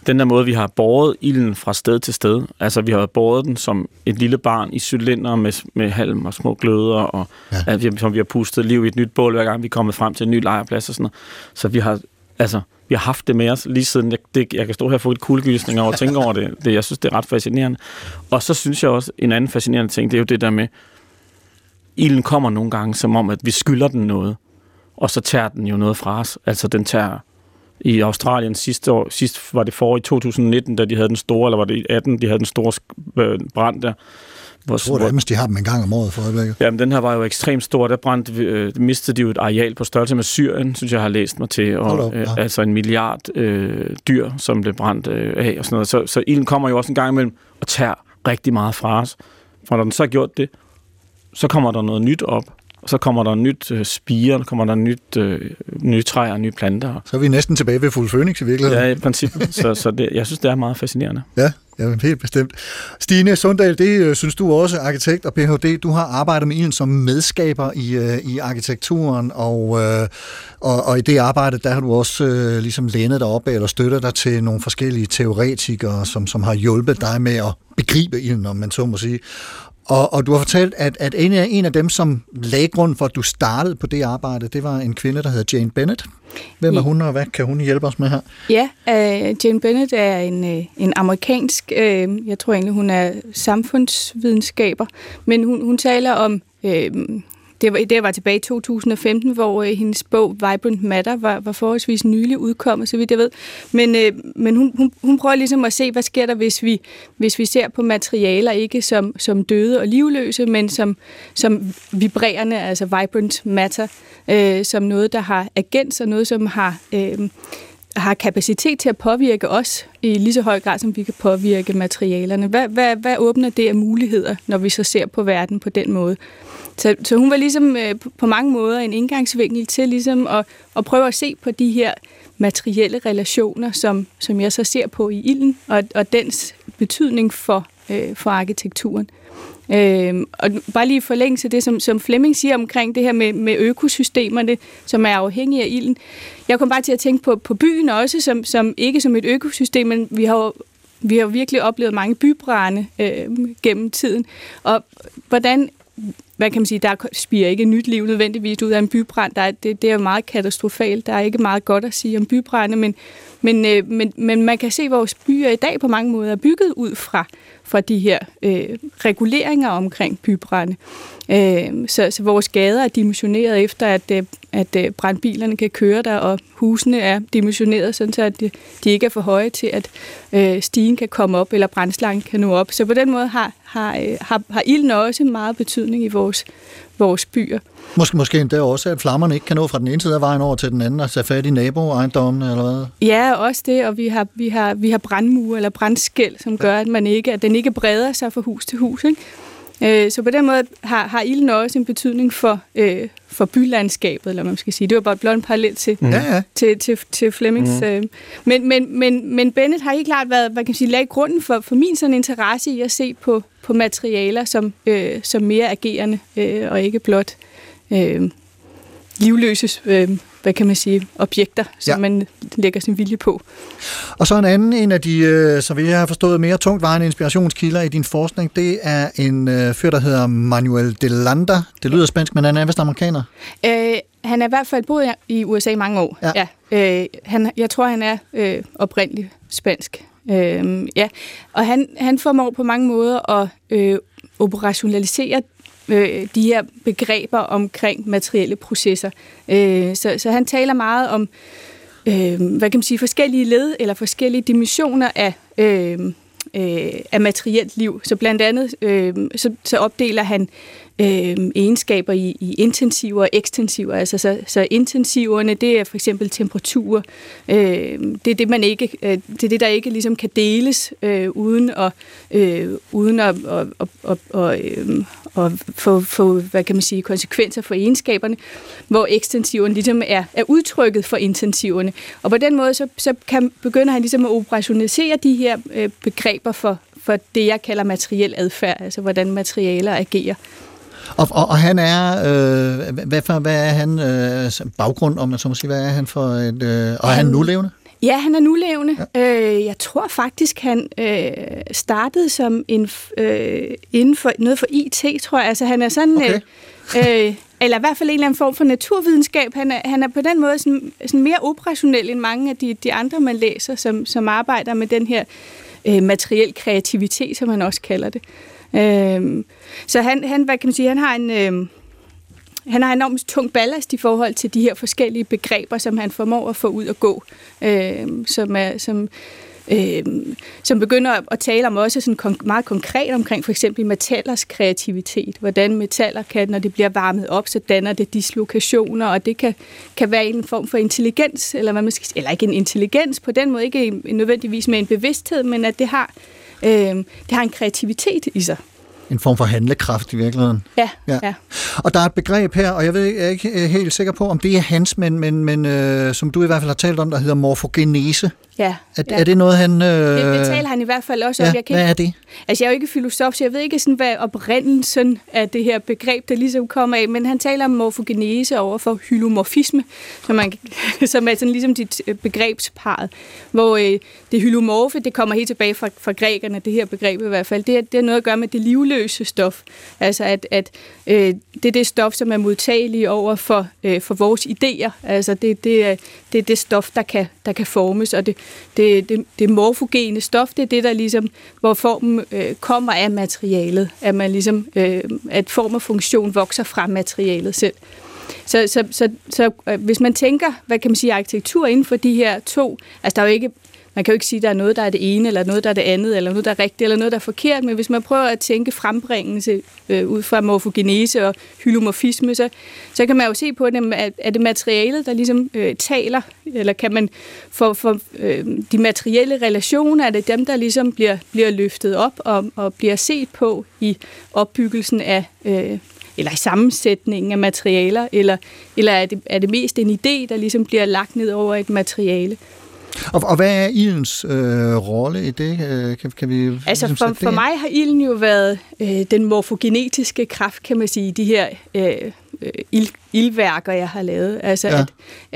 den der måde, vi har båret ilden fra sted til sted. Altså, vi har båret den som et lille barn i cylinder med halm og små gløder, og som vi har pustet liv i et nyt bål, hver gang vi er kommet frem til en ny lejrplads og sådan noget. Så vi har haft det med os lige siden. Jeg kan stå her og få et kuldegysning over og tænke over det. Jeg synes, det er ret fascinerende. Og så synes jeg også, en anden fascinerende ting, det er jo det der med, ilden kommer nogle gange, som om, at vi skylder den noget, og så tager den jo noget fra os. Altså, den tager i Australien sidst var det i 2019, da de havde den store, eller var det i 18, de havde den store brand der. Jeg tror det er, de har dem en gang om året for øjeblikket. Jamen, den her var jo ekstremt stor. Der mistede de jo et areal på størrelse med Syrien, synes jeg har læst mig til. Og, altså 1 milliard dyr, som blev brændt af og sådan noget. Så ilden kommer jo også en gang imellem og tager rigtig meget fra os. For når den så har gjort det, så kommer der noget nyt op. Og så kommer der nyt spire, der kommer der nye træer og nye planter. Så er vi næsten tilbage ved Fugl Fønix i virkeligheden. Ja, i princippet. Så jeg synes, det er meget fascinerende. Ja, helt bestemt. Stine Sundal, det synes du også, arkitekt og Ph.D. Du har arbejdet med ilden som medskaber i arkitekturen, og i det arbejde, der har du også ligesom lænet dig op eller støttet dig til nogle forskellige teoretikere, som har hjulpet dig med at begribe ilden, om man så må sige. Og du har fortalt, at en af dem, som lagde grunden for, at du startede på det arbejde, det var en kvinde, der hedder Jane Bennett. Hvem er hun, og hvad kan hun hjælpe os med her? Ja, Jane Bennett er en amerikansk, jeg tror egentlig, hun er samfundsvidenskaber, men hun taler om... Det var tilbage i 2015, hvor hendes bog Vibrant Matter var forholdsvis nylig udkommet, så vidt jeg ved. Men hun prøver ligesom at se, hvad sker der, hvis vi ser på materialer ikke som døde og livløse, men som vibrerende, altså vibrant matter, som noget, der har agens og noget, som har kapacitet til at påvirke os i lige så høj grad, som vi kan påvirke materialerne. Hvad åbner det af muligheder, når vi så ser på verden på den måde? Så hun var ligesom på mange måder en indgangsvinkel til ligesom at prøve at se på de her materielle relationer, som jeg så ser på i ilden, og dens betydning for arkitekturen. Og bare lige i forlængelse af det, som Flemming siger omkring det her med økosystemerne, som er afhængige af ilden. Jeg kom bare til at tænke på byen også, som ikke som et økosystem, men vi har virkelig oplevet mange bybrande gennem tiden. Og hvordan... Hvad kan man sige, der spirer ikke nyt liv nødvendigvis ud af en bybrand. Det er jo meget katastrofalt. Der er ikke meget godt at sige om bybrande, men man kan se, at vores byer i dag på mange måder er bygget ud fra de her reguleringer omkring bybrande. Så vores gader er dimensioneret efter, at brandbilerne kan køre der, og husene er dimensioneret, sådan at de ikke er for høje til, at stigen kan komme op, eller brandslangen kan nå op. Så på den måde har ilden også meget betydning i vores byer. Måske endda også, at flammerne ikke kan nå fra den ene side af vejen over til den anden og tage fat i naboejendommene, eller hvad? Ja, også det, og vi har brandmure eller brandskel, som gør, at den ikke breder sig fra hus til hus, ikke? Så på den måde har ilden også en betydning for bylandskabet, eller man skal sige. Det var bare blot en parallel til Flemmings. Men Bennett har helt klart været, hvad kan man sige, lagt grunden for min sådan interesse i at se på materialer som mere agerende, og ikke blot livløse, hvad kan man sige, objekter, som man lægger sin vilje på. Og så en af de, så vi har forstået, mere tungtvejende inspirationskilder i din forskning, det er en fyr, der hedder Manuel de Landa. Det lyder spansk, men han er vist amerikaner? Han er i hvert fald boet i USA i mange år. Ja. Jeg tror, han er oprindeligt spansk. Og han formår på mange måder at operationalisere de her begreber omkring materielle processer. Så han taler meget om, hvad kan man sige, forskellige led eller forskellige dimensioner af materielt liv. Så blandt andet så opdeler han egenskaber i intensiver og ekstensiver. Altså så intensiverne, det er for eksempel temperaturer. Det er det man ikke, det er det der ikke ligesom kan deles uden at få hvad kan man sige, konsekvenser for egenskaberne, hvor ekstensiverne ligesom er udtrykket for intensiverne. Og på den måde så begynder han ligesom at operationalisere de her begreber for det jeg kalder materiel adfærd, altså hvordan materialer agerer. Og han er, hvad er han baggrund, om man så må sige, hvad er han for et, og er han nulevende? Ja, han er nulevende. Ja. Jeg tror faktisk, han startede som inden for noget for IT, tror jeg. Altså, han er sådan... Okay. Eller i hvert fald en eller anden form for naturvidenskab. Han er på den måde sådan mere operationel end mange af de andre, man læser, som arbejder med den her materiel kreativitet, som han også kalder det. Så han, hvad kan man sige, han har enormt tung ballast i forhold til de her forskellige begreber, som han formår at få ud at gå, som begynder at tale om også sådan meget konkret omkring for eksempel metallers kreativitet. Hvordan metaller kan, når det bliver varmet op, så danner det dislokationer, og det kan være en form for intelligens, eller hvad man skal sige, eller ikke en intelligens på den måde, ikke nødvendigvis med en bevidsthed, men at det har en kreativitet i sig. En form for handlekraft i virkeligheden. Ja. Og der er et begreb her, og jeg er ikke helt sikker på, om det er hans, men som du i hvert fald har talt om, der hedder morfogenese. Ja. Er det noget, han... Det taler han i hvert fald også om. Hvad er det? Altså, jeg er jo ikke filosof, så jeg ved ikke, sådan, hvad oprindelsen af det her begreb, der ligesom kommer af, men han taler om morfogenese over for hylomorfisme, som er sådan ligesom dit begrebsparret, hvor det hylomorfe, det kommer helt tilbage fra grækerne, det her begreb i hvert fald. Det er noget at gøre med det livløse stof. Altså, at det er det stof, som er modtageligt over for vores idéer. Altså, det er det stof, der kan formes, og det morfogene stof, det er det, der ligesom, hvor formen kommer af materialet, at man ligesom, at form og funktion vokser fra materialet selv. Så hvis man tænker, hvad kan man sige, arkitektur inden for de her to, altså der er jo ikke, man kan jo ikke sige, at der er noget, der er det ene, eller noget, der er det andet, eller noget, der er rigtigt, eller noget, der er forkert, men hvis man prøver at tænke frembringelse ud fra morfogenese og hylomorfisme, så kan man jo se på, at det materialet, der ligesom taler, eller kan man for de materielle relationer, er det dem, der ligesom bliver løftet op og bliver set på i opbyggelsen af eller i sammensætningen af materialer, eller er det mest en idé, der ligesom bliver lagt ned over et materiale. Og hvad er ildens rolle i det? Kan vi altså for mig har ilden jo været den morfogenetiske kraft, kan man sige, de her ildværker, jeg har lavet. Altså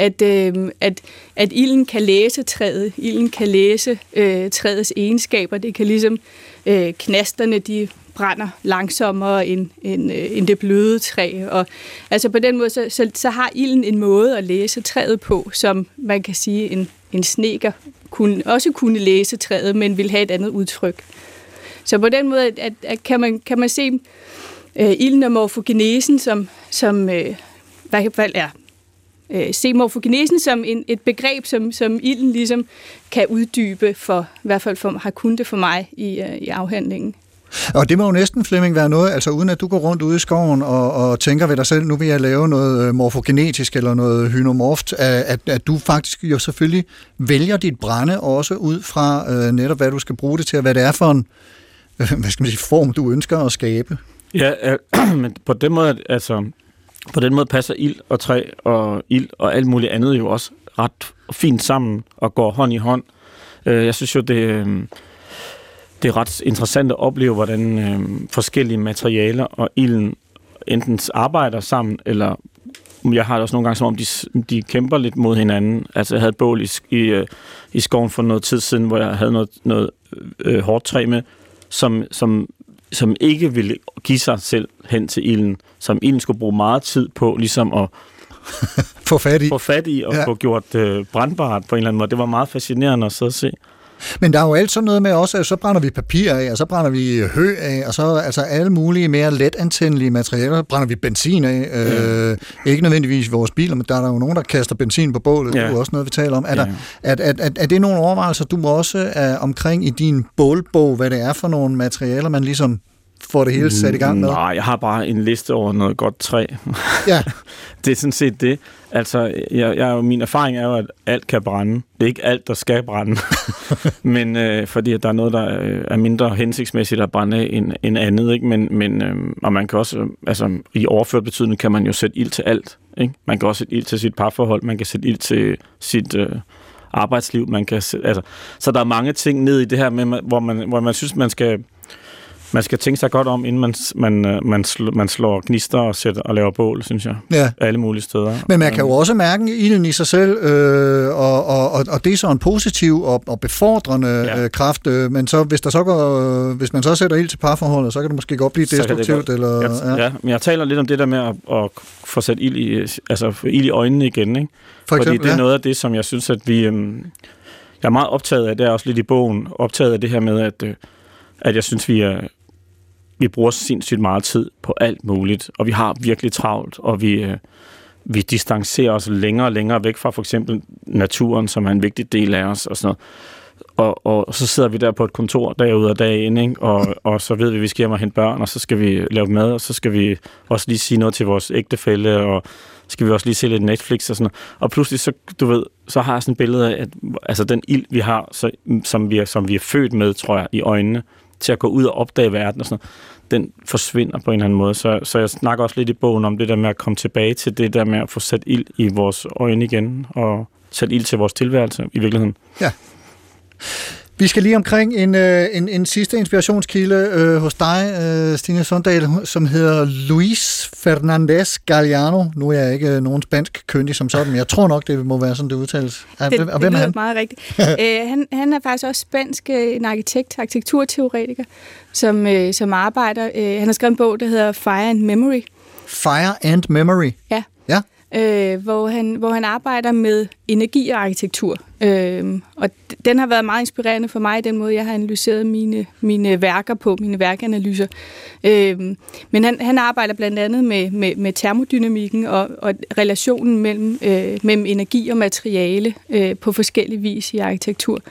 at ilden kan læse træet, ilden kan læse træets egenskaber, det kan ligesom knasterne, de brænder langsommere end det bløde træ. Og altså på den måde, så har ilden en måde at læse træet på, som man kan sige, en snedker også kunne læse træet, men vil have et andet udtryk. Så på den måde at kan man se ilden og morfogenesen som se morfogenesen som et begreb, som ilden ligesom kan uddybe for, i hvert fald har kun det for mig i afhandlingen. Og det må jo næsten, Flemming, være noget, altså uden at du går rundt ude i skoven og tænker ved dig selv, nu vil jeg lave noget morfogenetisk eller noget hynomorft, at du faktisk jo selvfølgelig vælger dit brænde også ud fra netop, hvad du skal bruge det til, og hvad det er for en form, du ønsker at skabe. Ja, men på den måde passer ild og træ og ild og alt muligt andet jo også ret fint sammen og går hånd i hånd. Jeg synes jo, det er ret interessant at opleve, hvordan forskellige materialer og ilden enten arbejder sammen, eller jeg har det også nogle gange, som om de kæmper lidt mod hinanden. Altså, jeg havde et bål i skoven for noget tid siden, hvor jeg havde noget hårdt træ med, som ikke ville give sig selv hen til ilden, som ilden skulle bruge meget tid på, ligesom at få fat i og få gjort brandbart på en eller anden måde. Det var meget fascinerende at sidde og se. Men der er jo alt sådan noget med også, at så brænder vi papir af, og så brænder vi hø af, og så altså alle mulige mere letantændelige materialer, brænder vi benzin af. Ikke nødvendigvis i vores biler, men der er jo nogen, der kaster benzin på bålet. Det er jo også noget, vi taler om. Er det nogle overvejelser, du også er omkring i din bålbog, hvad det er for nogle materialer, man ligesom får det hele sat i gang med? Nej, jeg har bare en liste over noget godt træ. Ja. Det er sådan set det. Altså, min erfaring er jo, at alt kan brænde. Det er ikke alt, der skal brænde. Men fordi der er noget, der er mindre hensigtsmæssigt at brænde af end andet. Ikke? Og man kan også, altså i overført betydning, kan man jo sætte ild til alt. Ikke? Man kan også sætte ild til sit parforhold, man kan sætte ild til sit arbejdsliv. Så der er mange ting ned i det her, med, hvor man synes, man skal man skal tænke sig godt om, inden man slår gnister og laver bål, synes jeg. Ja. Alle mulige steder. Men man kan jo også mærke ilden i sig selv, og det er så en positiv og befordrende kraft. Men så, hvis man så sætter ild til parforholdet, så kan det måske godt blive destruktivt. Men jeg taler lidt om det der med at få sat ild i øjnene igen, ikke? Fordi det er noget af det, som jeg synes, at vi... Jeg er meget optaget af, det er også lidt i bogen, optaget af det her med, at jeg synes, vi bruger sindssygt meget tid på alt muligt, og vi har virkelig travlt, og vi distancerer os længere og længere væk fra for eksempel naturen, som er en vigtig del af os og sådan noget. Og så sidder vi der på et kontor dag ud og dag ind, ikke? Og så ved vi skal hjem og hente børn, og så skal vi lave mad, og så skal vi også lige sige noget til vores ægtefælle, og skal vi også lige se lidt Netflix og sådan noget. Og pludselig, så har jeg sådan et billede af, at altså den ild, vi har, som vi er født med, tror jeg, i øjnene, til at gå ud og opdage verden og sådan noget, den forsvinder på en eller anden måde. Så jeg snakker også lidt i bogen om det der med at komme tilbage til det der med at få sat ild i vores øjne igen, og sætte ild til vores tilværelse i virkeligheden. Ja. Vi skal lige omkring en sidste inspirationskilde hos dig, Stine Sundal, som hedder Luis Fernandez Galeano. Nu er jeg ikke nogen spansk kyndig som sådan, men jeg tror nok, det må være sådan, det udtales. Det lyder meget rigtigt. Han er faktisk også spansk, en arkitekturteoretiker, som arbejder. Han har skrevet en bog, der hedder Fire and Memory. Fire and Memory? Ja. Hvor han arbejder med energi og arkitektur. Og den har været meget inspirerende for mig, den måde, jeg har analyseret mine værker på, mine værkanalyser. Men han arbejder blandt andet med termodynamikken og relationen mellem energi og materiale på forskellig vis i arkitektur.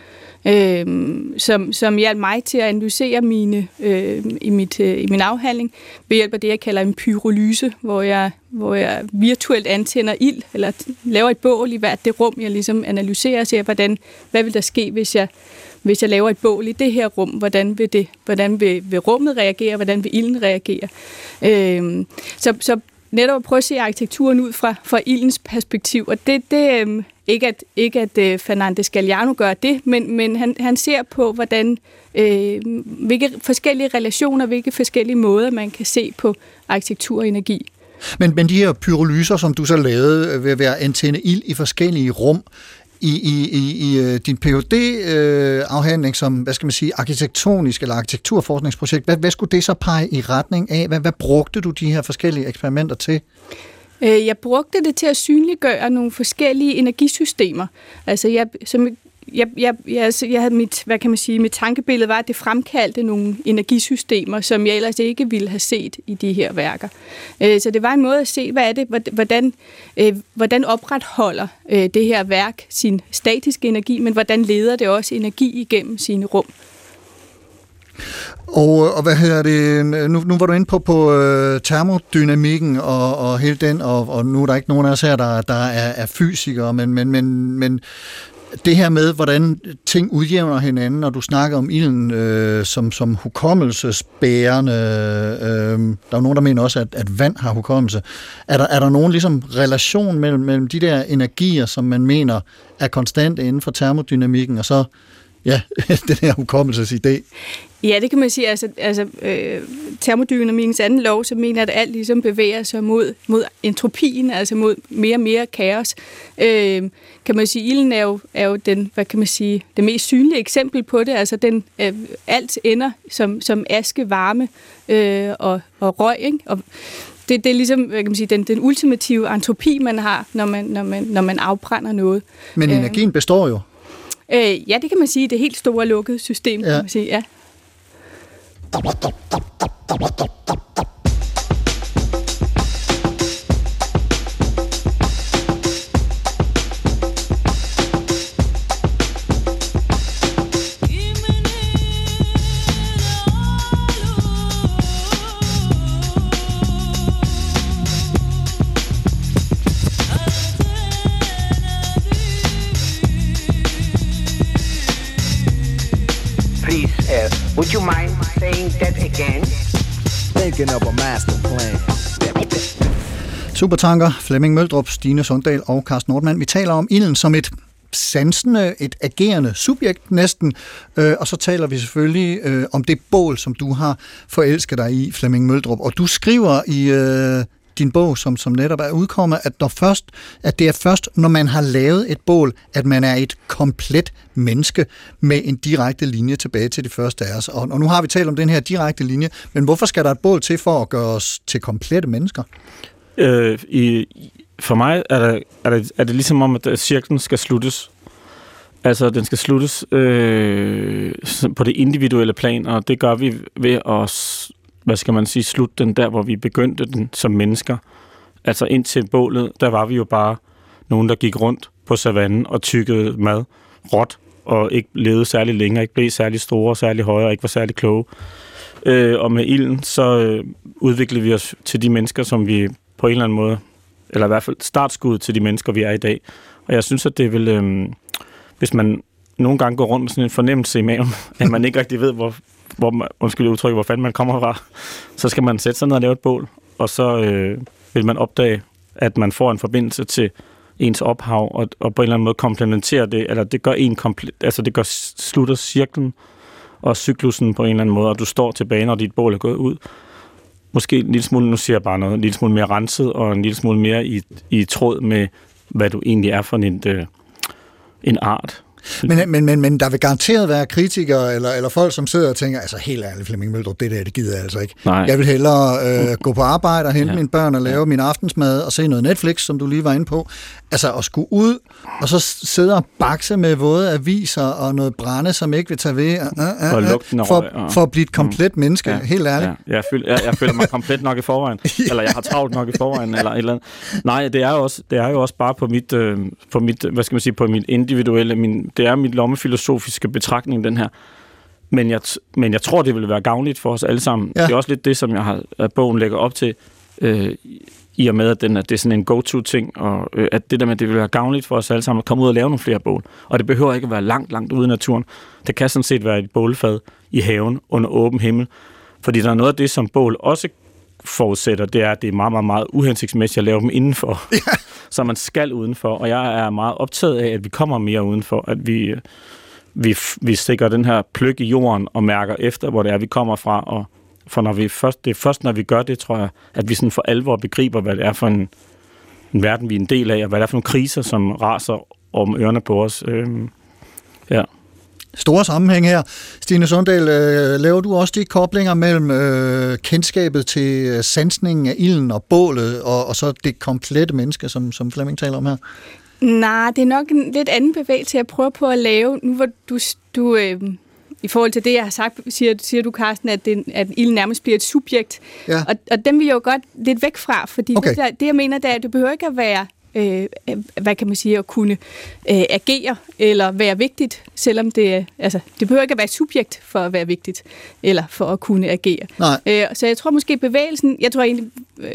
Som hjalp mig til at analysere i min afhandling ved hjælp af det, jeg kalder en pyrolyse, hvor jeg virtuelt antænder ild, eller laver et bål i hvert det rum, jeg ligesom analyserer og ser, hvad vil der ske, hvis jeg laver et bål i det her rum, hvordan vil rummet reagere, hvordan vil ilden reagere. Så netop at prøve at se arkitekturen ud fra ildens perspektiv, og det ikke at Fernandez Galeano gør det, men han ser på, hvilke forskellige relationer, hvilke forskellige måder, man kan se på arkitektur og energi. Men de her pyrolyser, som du så lavede ved at antænde ild i forskellige rum, i din Ph.D.-afhandling som, hvad skal man sige, arkitektonisk eller arkitekturforskningsprojekt, hvad skulle det så pege i retning af? Hvad brugte du de her forskellige eksperimenter til? Jeg brugte det til at synliggøre nogle forskellige energisystemer. Altså jeg havde mit tankebillede var, at det fremkaldte nogle energisystemer, som jeg ellers ikke ville have set i de her værker. Så det var en måde at se, hvordan opretholder det her værk sin statiske energi, men hvordan leder det også energi igennem sine rum. Og hvad hedder det? Nu var du inde på termodynamikken og hele den, og nu er der ikke nogen af os her, der er fysikere, men det her med, hvordan ting udjævner hinanden, og du snakker om ilden som hukommelsesbærende. Der er nogen, der mener også, at vand har hukommelse. Er der nogen ligesom relation mellem de der energier, som man mener er konstante inden for termodynamikken, og så den her hukommelsesidé? Ja, det kan man sige. Termodynamikkens anden lov, så mener at alt ligesom bevæger sig mod entropien, altså mod mere og mere kaos. Kan man sige, ilden er jo den, hvad kan man sige, det mest synlige eksempel på det. Altså alt ender som aske, varme og røg, ikke? Og det er ligesom, hvad kan man sige, den ultimative entropi, man har, når man afbrænder noget. Men energien består jo. Ja, det kan man sige. Det helt store lukkede system, kan man sige, ja. Would you mind saying that again? Thinking of a master plan. Supertanker, Flemming Møldrup, Stine Sundal og Carsten Nordmann. Vi taler om ilden som et sansende, et agerende subjekt næsten, og så taler vi selvfølgelig om det bål, som du har forelsket dig i, Flemming Møldrup. Og du skriver i din bog, som netop er udkommet, at det er først, når man har lavet et bål, at man er et komplet menneske med en direkte linje tilbage til det første af os. Og nu har vi talt om den her direkte linje, men hvorfor skal der et bål til for at gøre os til komplette mennesker? For mig er det ligesom om, at cirklen skal sluttes. Altså, den skal sluttes på det individuelle plan, og det gør vi ved at, slutte den der, hvor vi begyndte den som mennesker. Altså, indtil bålet, der var vi jo bare nogen, der gik rundt på savannen og tykkede mad råt, og ikke levede særlig længere, ikke blev særlig store, særlig høje, og ikke var særlig kloge. Og med ilden, så udviklede vi os til de mennesker, som vi på en eller anden måde, eller i hvert fald startskud til de mennesker, vi er i dag. Og jeg synes, at det vil, hvis man nogle gange går rundt med sådan en fornemmelse i maven, at man ikke rigtig ved, hvor fanden man kommer fra, så skal man sætte sig ned og lave et bål, og så vil man opdage, at man får en forbindelse til ens ophav, og på en eller anden måde komplementerer det, eller det gør slutter cirklen og cyklusen på en eller anden måde, og du står tilbage, når dit bål er gået ud. Måske en lille smule, nu siger jeg bare noget, en lille smule mere renset, og en lille smule mere i tråd med, hvad du egentlig er for en art. Men der vil garanteret være kritikere eller folk, som sidder og tænker, altså helt ærligt, Flemming Møldrup, det gider jeg altså ikke. Nej. Jeg vil hellere gå på arbejde og hente mine børn og lave min aftensmad og se noget Netflix, som du lige var inde på. Altså at skulle ud og så sidde og bakse med våde aviser og noget brænde, som ikke vil tage ved for at blive et komplet menneske, helt ærligt. Ja. Jeg føler mig komplet nok i forvejen, eller jeg har travlt nok i forvejen, eller et eller andet. Nej, det er jo også bare på mit hvad skal man sige, på mit individuelle, det er mit lommefilosofiske betragtning, den her. Men jeg tror, det vil være gavnligt for os alle sammen. Ja. Det er også lidt det, som at bogen lægger op til, i og med, at det er sådan en go-to-ting, og at det der med, at det vil være gavnligt for os alle sammen at komme ud og lave nogle flere bål. Og det behøver ikke at være langt ude i naturen. Det kan sådan set være et bålfad i haven under åben himmel. Fordi der er noget af det, som bål også forudsætter, det er, at det er meget, meget, meget uhensigtsmæssigt at lave dem indenfor. Ja. Så man skal udenfor. Og jeg er meget optaget af, at vi kommer mere udenfor. At vi stikker den her pløk i jorden og mærker efter, hvor det er, vi kommer fra. Og for det er først, når vi gør det, tror jeg, at vi sådan for alvor begriber, hvad det er for en verden, vi er en del af, og hvad det er for nogle kriser, som raser om ørerne på os. Ja. Store sammenhæng her. Stine Sundal, laver du også de koblinger mellem kendskabet til sansningen af ilden og bålet, og så det komplette menneske, som Flemming taler om her? Nej, det er nok en lidt anden bevægelse, jeg prøver på at lave. Nu hvor du i forhold til det, jeg har sagt, siger du, Carsten, at ilden nærmest bliver et subjekt. Ja. Og den vil jeg jo godt lidt væk fra, fordi okay. det jeg mener, det er, at det behøver ikke at være hvad kan man sige, at kunne agere eller være vigtigt, selvom det behøver ikke at være et subjekt for at være vigtigt, eller for at kunne agere. Så jeg tror måske bevægelsen, jeg tror egentlig,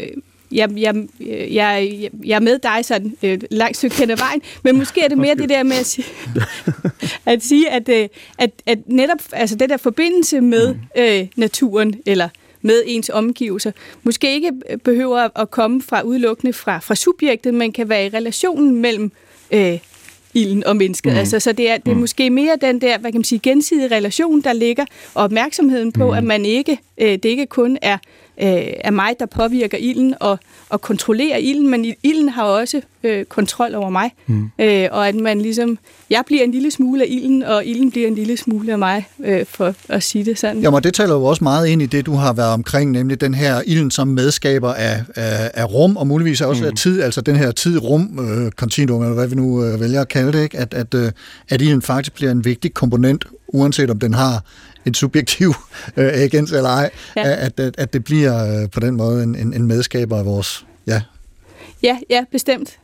jeg er med dig sådan langt stykke hen ad vejen, men måske er det mere det der med at sige, at netop altså det der forbindelse med naturen, eller med ens omgivelser, måske ikke behøver at komme udelukkende fra subjektet, men kan være i relationen mellem ilden og mennesket. Altså, så det er måske mere den der, hvad kan man sige, gensidige relation, der ligger, og opmærksomheden på, at man ikke, det ikke kun er mig, der påvirker ilden og kontrollerer ilden, men ilden har også kontrol over mig. Og at man ligesom, jeg bliver en lille smule af ilden, og ilden bliver en lille smule af mig, for at sige det sådan. Jamen, det taler jo også meget ind i det, du har været omkring, nemlig den her ilden som medskaber af rum, og muligvis også af tid, altså den her tid-rum-kontinuum, eller hvad vi nu vælger at kalde det, ikke? At ilden faktisk bliver en vigtig komponent, uanset om den har en subjektiv agens eller ej, at det bliver på den måde en medskaber af vores, Ja, bestemt.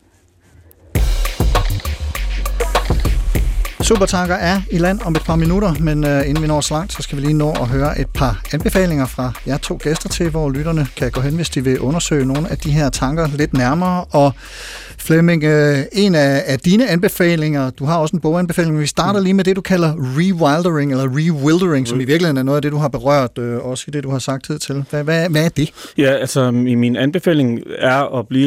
Supertanker er i land om et par minutter, men inden vi når så langt, så skal vi lige nå at høre et par anbefalinger fra jer to gæster til, hvor lytterne kan gå hen, hvis de vil undersøge nogle af de her tanker lidt nærmere. Og Flemming, en af dine anbefalinger, du har også en boganbefaling, men vi starter lige med det, du kalder rewildering, eller rewildering, som i virkeligheden er noget af det, du har berørt, også i det, du har sagt tid til. Hvad er det? Ja, altså min anbefaling er at blive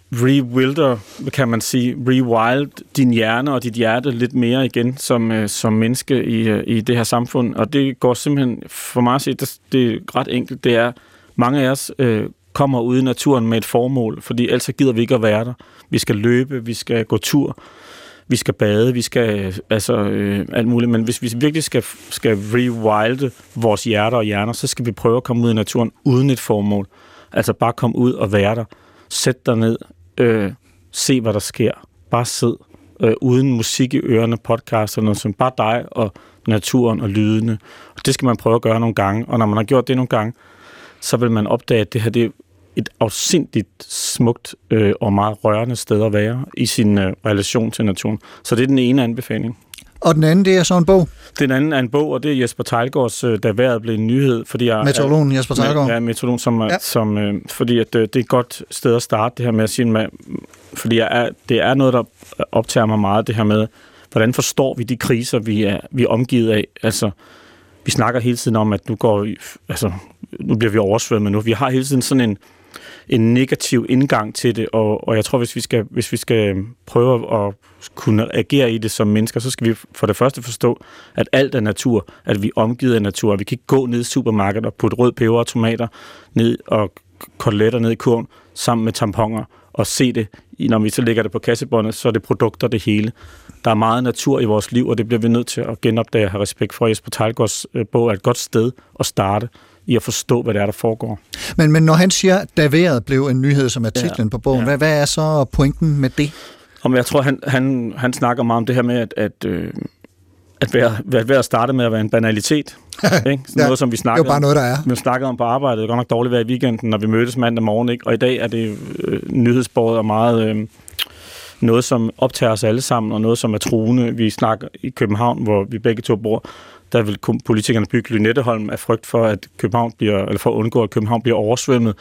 rewilder, kan man sige, rewild din hjerne og dit hjerte lidt mere igen som menneske i det her samfund. Og det går simpelthen, for mig at se, det er ret enkelt. Det er, mange af os kommer ud i naturen med et formål, fordi ellers gider vi ikke at være der. Vi skal løbe, vi skal gå tur, vi skal bade, vi skal alt muligt. Men hvis vi virkelig skal rewilde vores hjerter og hjerner, så skal vi prøve at komme ud i naturen uden et formål. Altså bare komme ud og være der. Sæt dig ned, se hvad der sker. Bare sid uden musik i ørerne, podcast og noget som bare dig og naturen og lydene. Og det skal man prøve at gøre nogle gange. Og når man har gjort det nogle gange, så vil man opdage, at det her det er et afsindigt smukt og meget rørende sted at være i sin relation til naturen. Så det er den ene anbefaling. Og den anden, det er så en bog? Den anden er en bog, og det er Jesper Theilgaards Da vejret blev en nyhed. Meteorologen Jesper Theilgaard? Ja, meteorologen, fordi at, det er et godt sted at starte, det her med at sige, fordi det er noget, der optager mig meget, det her med, hvordan forstår vi de kriser, vi er omgivet af. Altså, vi snakker hele tiden om, at nu bliver vi oversvømmet nu. Vi har hele tiden sådan en negativ indgang til det, og jeg tror, hvis vi skal prøve at kunne agere i det som mennesker, så skal vi for det første forstå, at alt er natur, at vi er omgivet af natur. Vi kan ikke gå ned i supermarkedet og putte rød peber og tomater ned og koteletter ned i kurven sammen med tamponer og se det, når vi så lægger det på kassebåndet, så er det produkter det hele. Der er meget natur i vores liv, og det bliver vi nødt til at genopdage og have respekt for. Jesper Theilgaards bog er et godt sted at starte i at forstå, hvad det er, der foregår. Men når han siger, Da vejret blev en nyhed, som er titlen på bogen, hvad er så pointen med det? Jeg tror, han snakker meget om det her med, at vejret starter med at være en banalitet. Ikke? Noget, som vi snakkede, det er bare noget, der er. Vi snakkede om på arbejdet. Det er godt nok dårligt vejr i weekenden, når vi mødtes mandag morgen. Ikke? Og i dag er det nyhedsbordet og meget noget, som optager os alle sammen, og noget, som er truende. Vi snakker i København, hvor vi begge to bor. Der vil politikerne bygge Lynetteholm af frygt for, at for at undgå, at København bliver oversvømmet.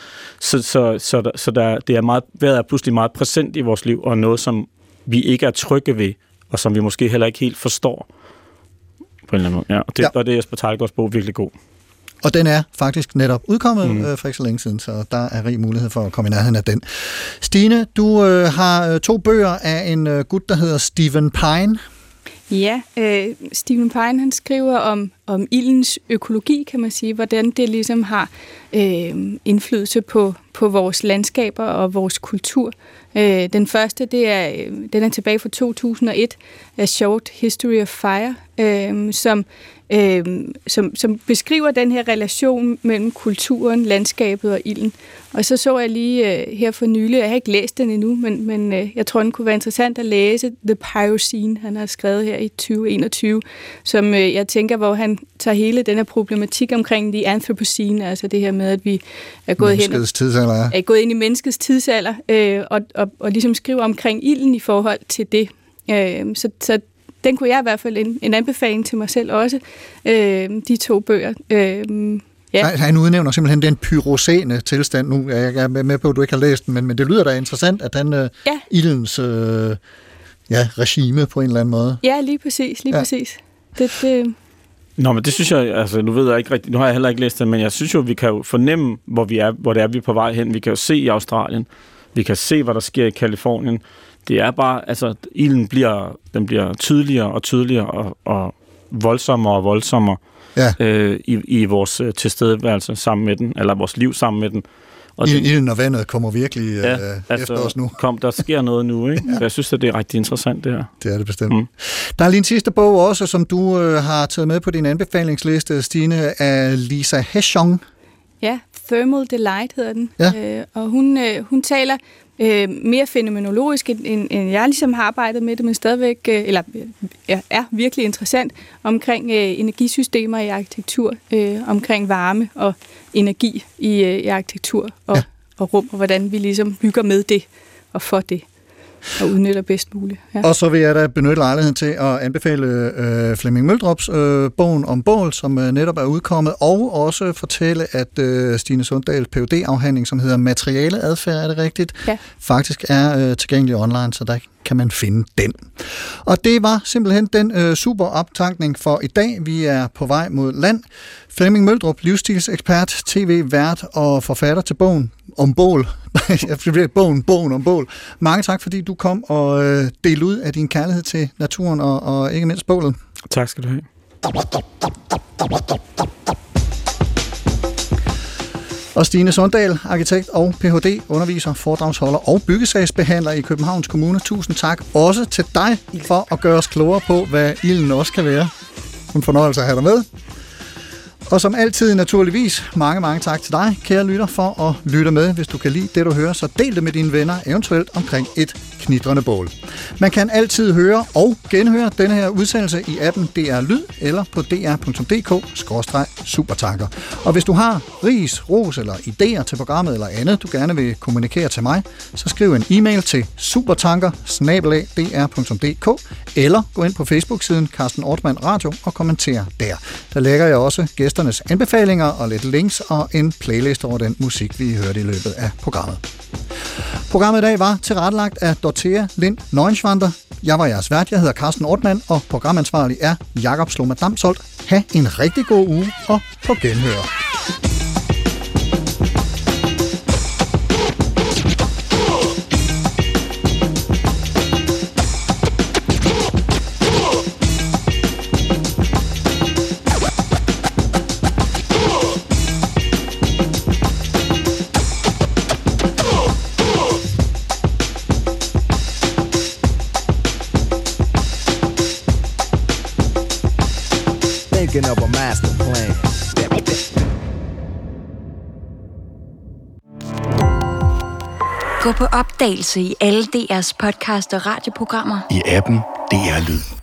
Så det er meget, vejret er pludselig meget præsent i vores liv, og noget, som vi ikke er trygge ved, og som vi måske heller ikke helt forstår på en eller anden måde. Ja, og det er Jesper Theilgaards bog virkelig god. Og den er faktisk netop udkommet for ikke så længe siden, så der er rig mulighed for at komme i nærheden af den. Stine, du har 2 bøger af en gut, der hedder Steven Pine. Ja, Steven Pine, han skriver om ildens økologi, kan man sige, hvordan det ligesom har indflydelse på vores landskaber og vores kultur. Den første, den er tilbage fra 2001, A Short History of Fire, som beskriver den her relation mellem kulturen, landskabet og ilden. Og så jeg lige her for nylig, jeg har ikke læst den endnu, men jeg tror, den kunne være interessant at læse The Pyrocene, han har skrevet her i 2021, som jeg tænker, hvor han tager hele den her problematik omkring the Anthropocene, altså det her med, at vi er gået ind i menneskets tidsalder, og ligesom skriver omkring ilden i forhold til det. Så den kunne jeg i hvert fald en anbefaling til mig selv også, de 2 bøger. Ja. Han udnævner simpelthen den pyrocene tilstand nu. Jeg er med på, at du ikke har læst den, men det lyder da interessant, at han ildens regime på en eller anden måde. Ja, lige præcis. Nå, men det synes jeg, altså nu ved jeg ikke rigtigt, nu har jeg heller ikke læst det, men jeg synes jo, vi kan jo fornemme, hvor det er, vi er på vej hen. Vi kan jo se i Australien, vi kan se, hvad der sker i Kalifornien. Det er bare, altså ilden bliver tydeligere og tydeligere og voldsommere og voldsommere i vores tilstedeværelse sammen med den, eller vores liv sammen med den. Og ilden og vandet kommer virkelig efter os nu. Der sker noget nu, ikke? Ja. Jeg synes, at det er rigtig interessant, det her. Det er det bestemt. Der er lige en sidste bog også, som du har taget med på din anbefalingsliste, Stine, af Lisa Hechong. Ja, Thermal Delight hedder den. Ja. Og hun taler mere fænomenologisk, end jeg ligesom har arbejdet med det, men stadigvæk er virkelig interessant omkring energisystemer i arkitektur, omkring varme og energi i arkitektur og rum, og hvordan vi ligesom bygger med det og for det og udnytter bedst muligt. Ja. Og så vil jeg da benytte lejligheden til at anbefale Flemming Møldrups bogen om bål, som netop er udkommet, og også fortælle, at Stine Sundahls Ph.D.-afhandling, som hedder Materialeadfærd, er det rigtigt, faktisk er tilgængelig online, så der kan man finde den. Og det var simpelthen den super optankning for i dag. Vi er på vej mod land. Flemming Møldrup, livsstilsekspert, tv-vært og forfatter til bogen om bål. bogen om bål. Mange tak, fordi du kom og delte ud af din kærlighed til naturen og ikke mindst bålet. Tak skal du have. Og Stine Sundal, arkitekt og Ph.D., underviser, foredragsholder og byggesagsbehandler i Københavns Kommune. Tusind tak også til dig for at gøre os klogere på, hvad ilden også kan være. En fornøjelse at have dig med. Og som altid naturligvis, mange tak til dig, kære lytter, for at lytte med. Hvis du kan lide det, du hører, så del det med dine venner, eventuelt omkring et knitrende bål. Man kan altid høre og genhøre denne her udsendelse i appen DR Lyd eller på dr.dk/supertanker. Og hvis du har ris, ros eller idéer til programmet eller andet, du gerne vil kommunikere til mig, så skriv en e-mail til supertanker@dr.dk eller gå ind på Facebook-siden Carsten Ortmann Radio og kommenter der. Der lægger jeg også gæsternes anbefalinger og lidt links og en playlist over den musik, vi hørte i løbet af programmet. Programmet i dag var tilrettelagt af Dorthea Lind Neuenschwander. Jeg var jeres vært, jeg hedder Carsten Ortmann, og programansvarlig er Jakob Sloma Damsholt. Ha' en rigtig god uge og på genhør. Thinking of a master plan. Gå på opdagelse i alle DR's podcast og radioprogrammer. I appen DR Lyd.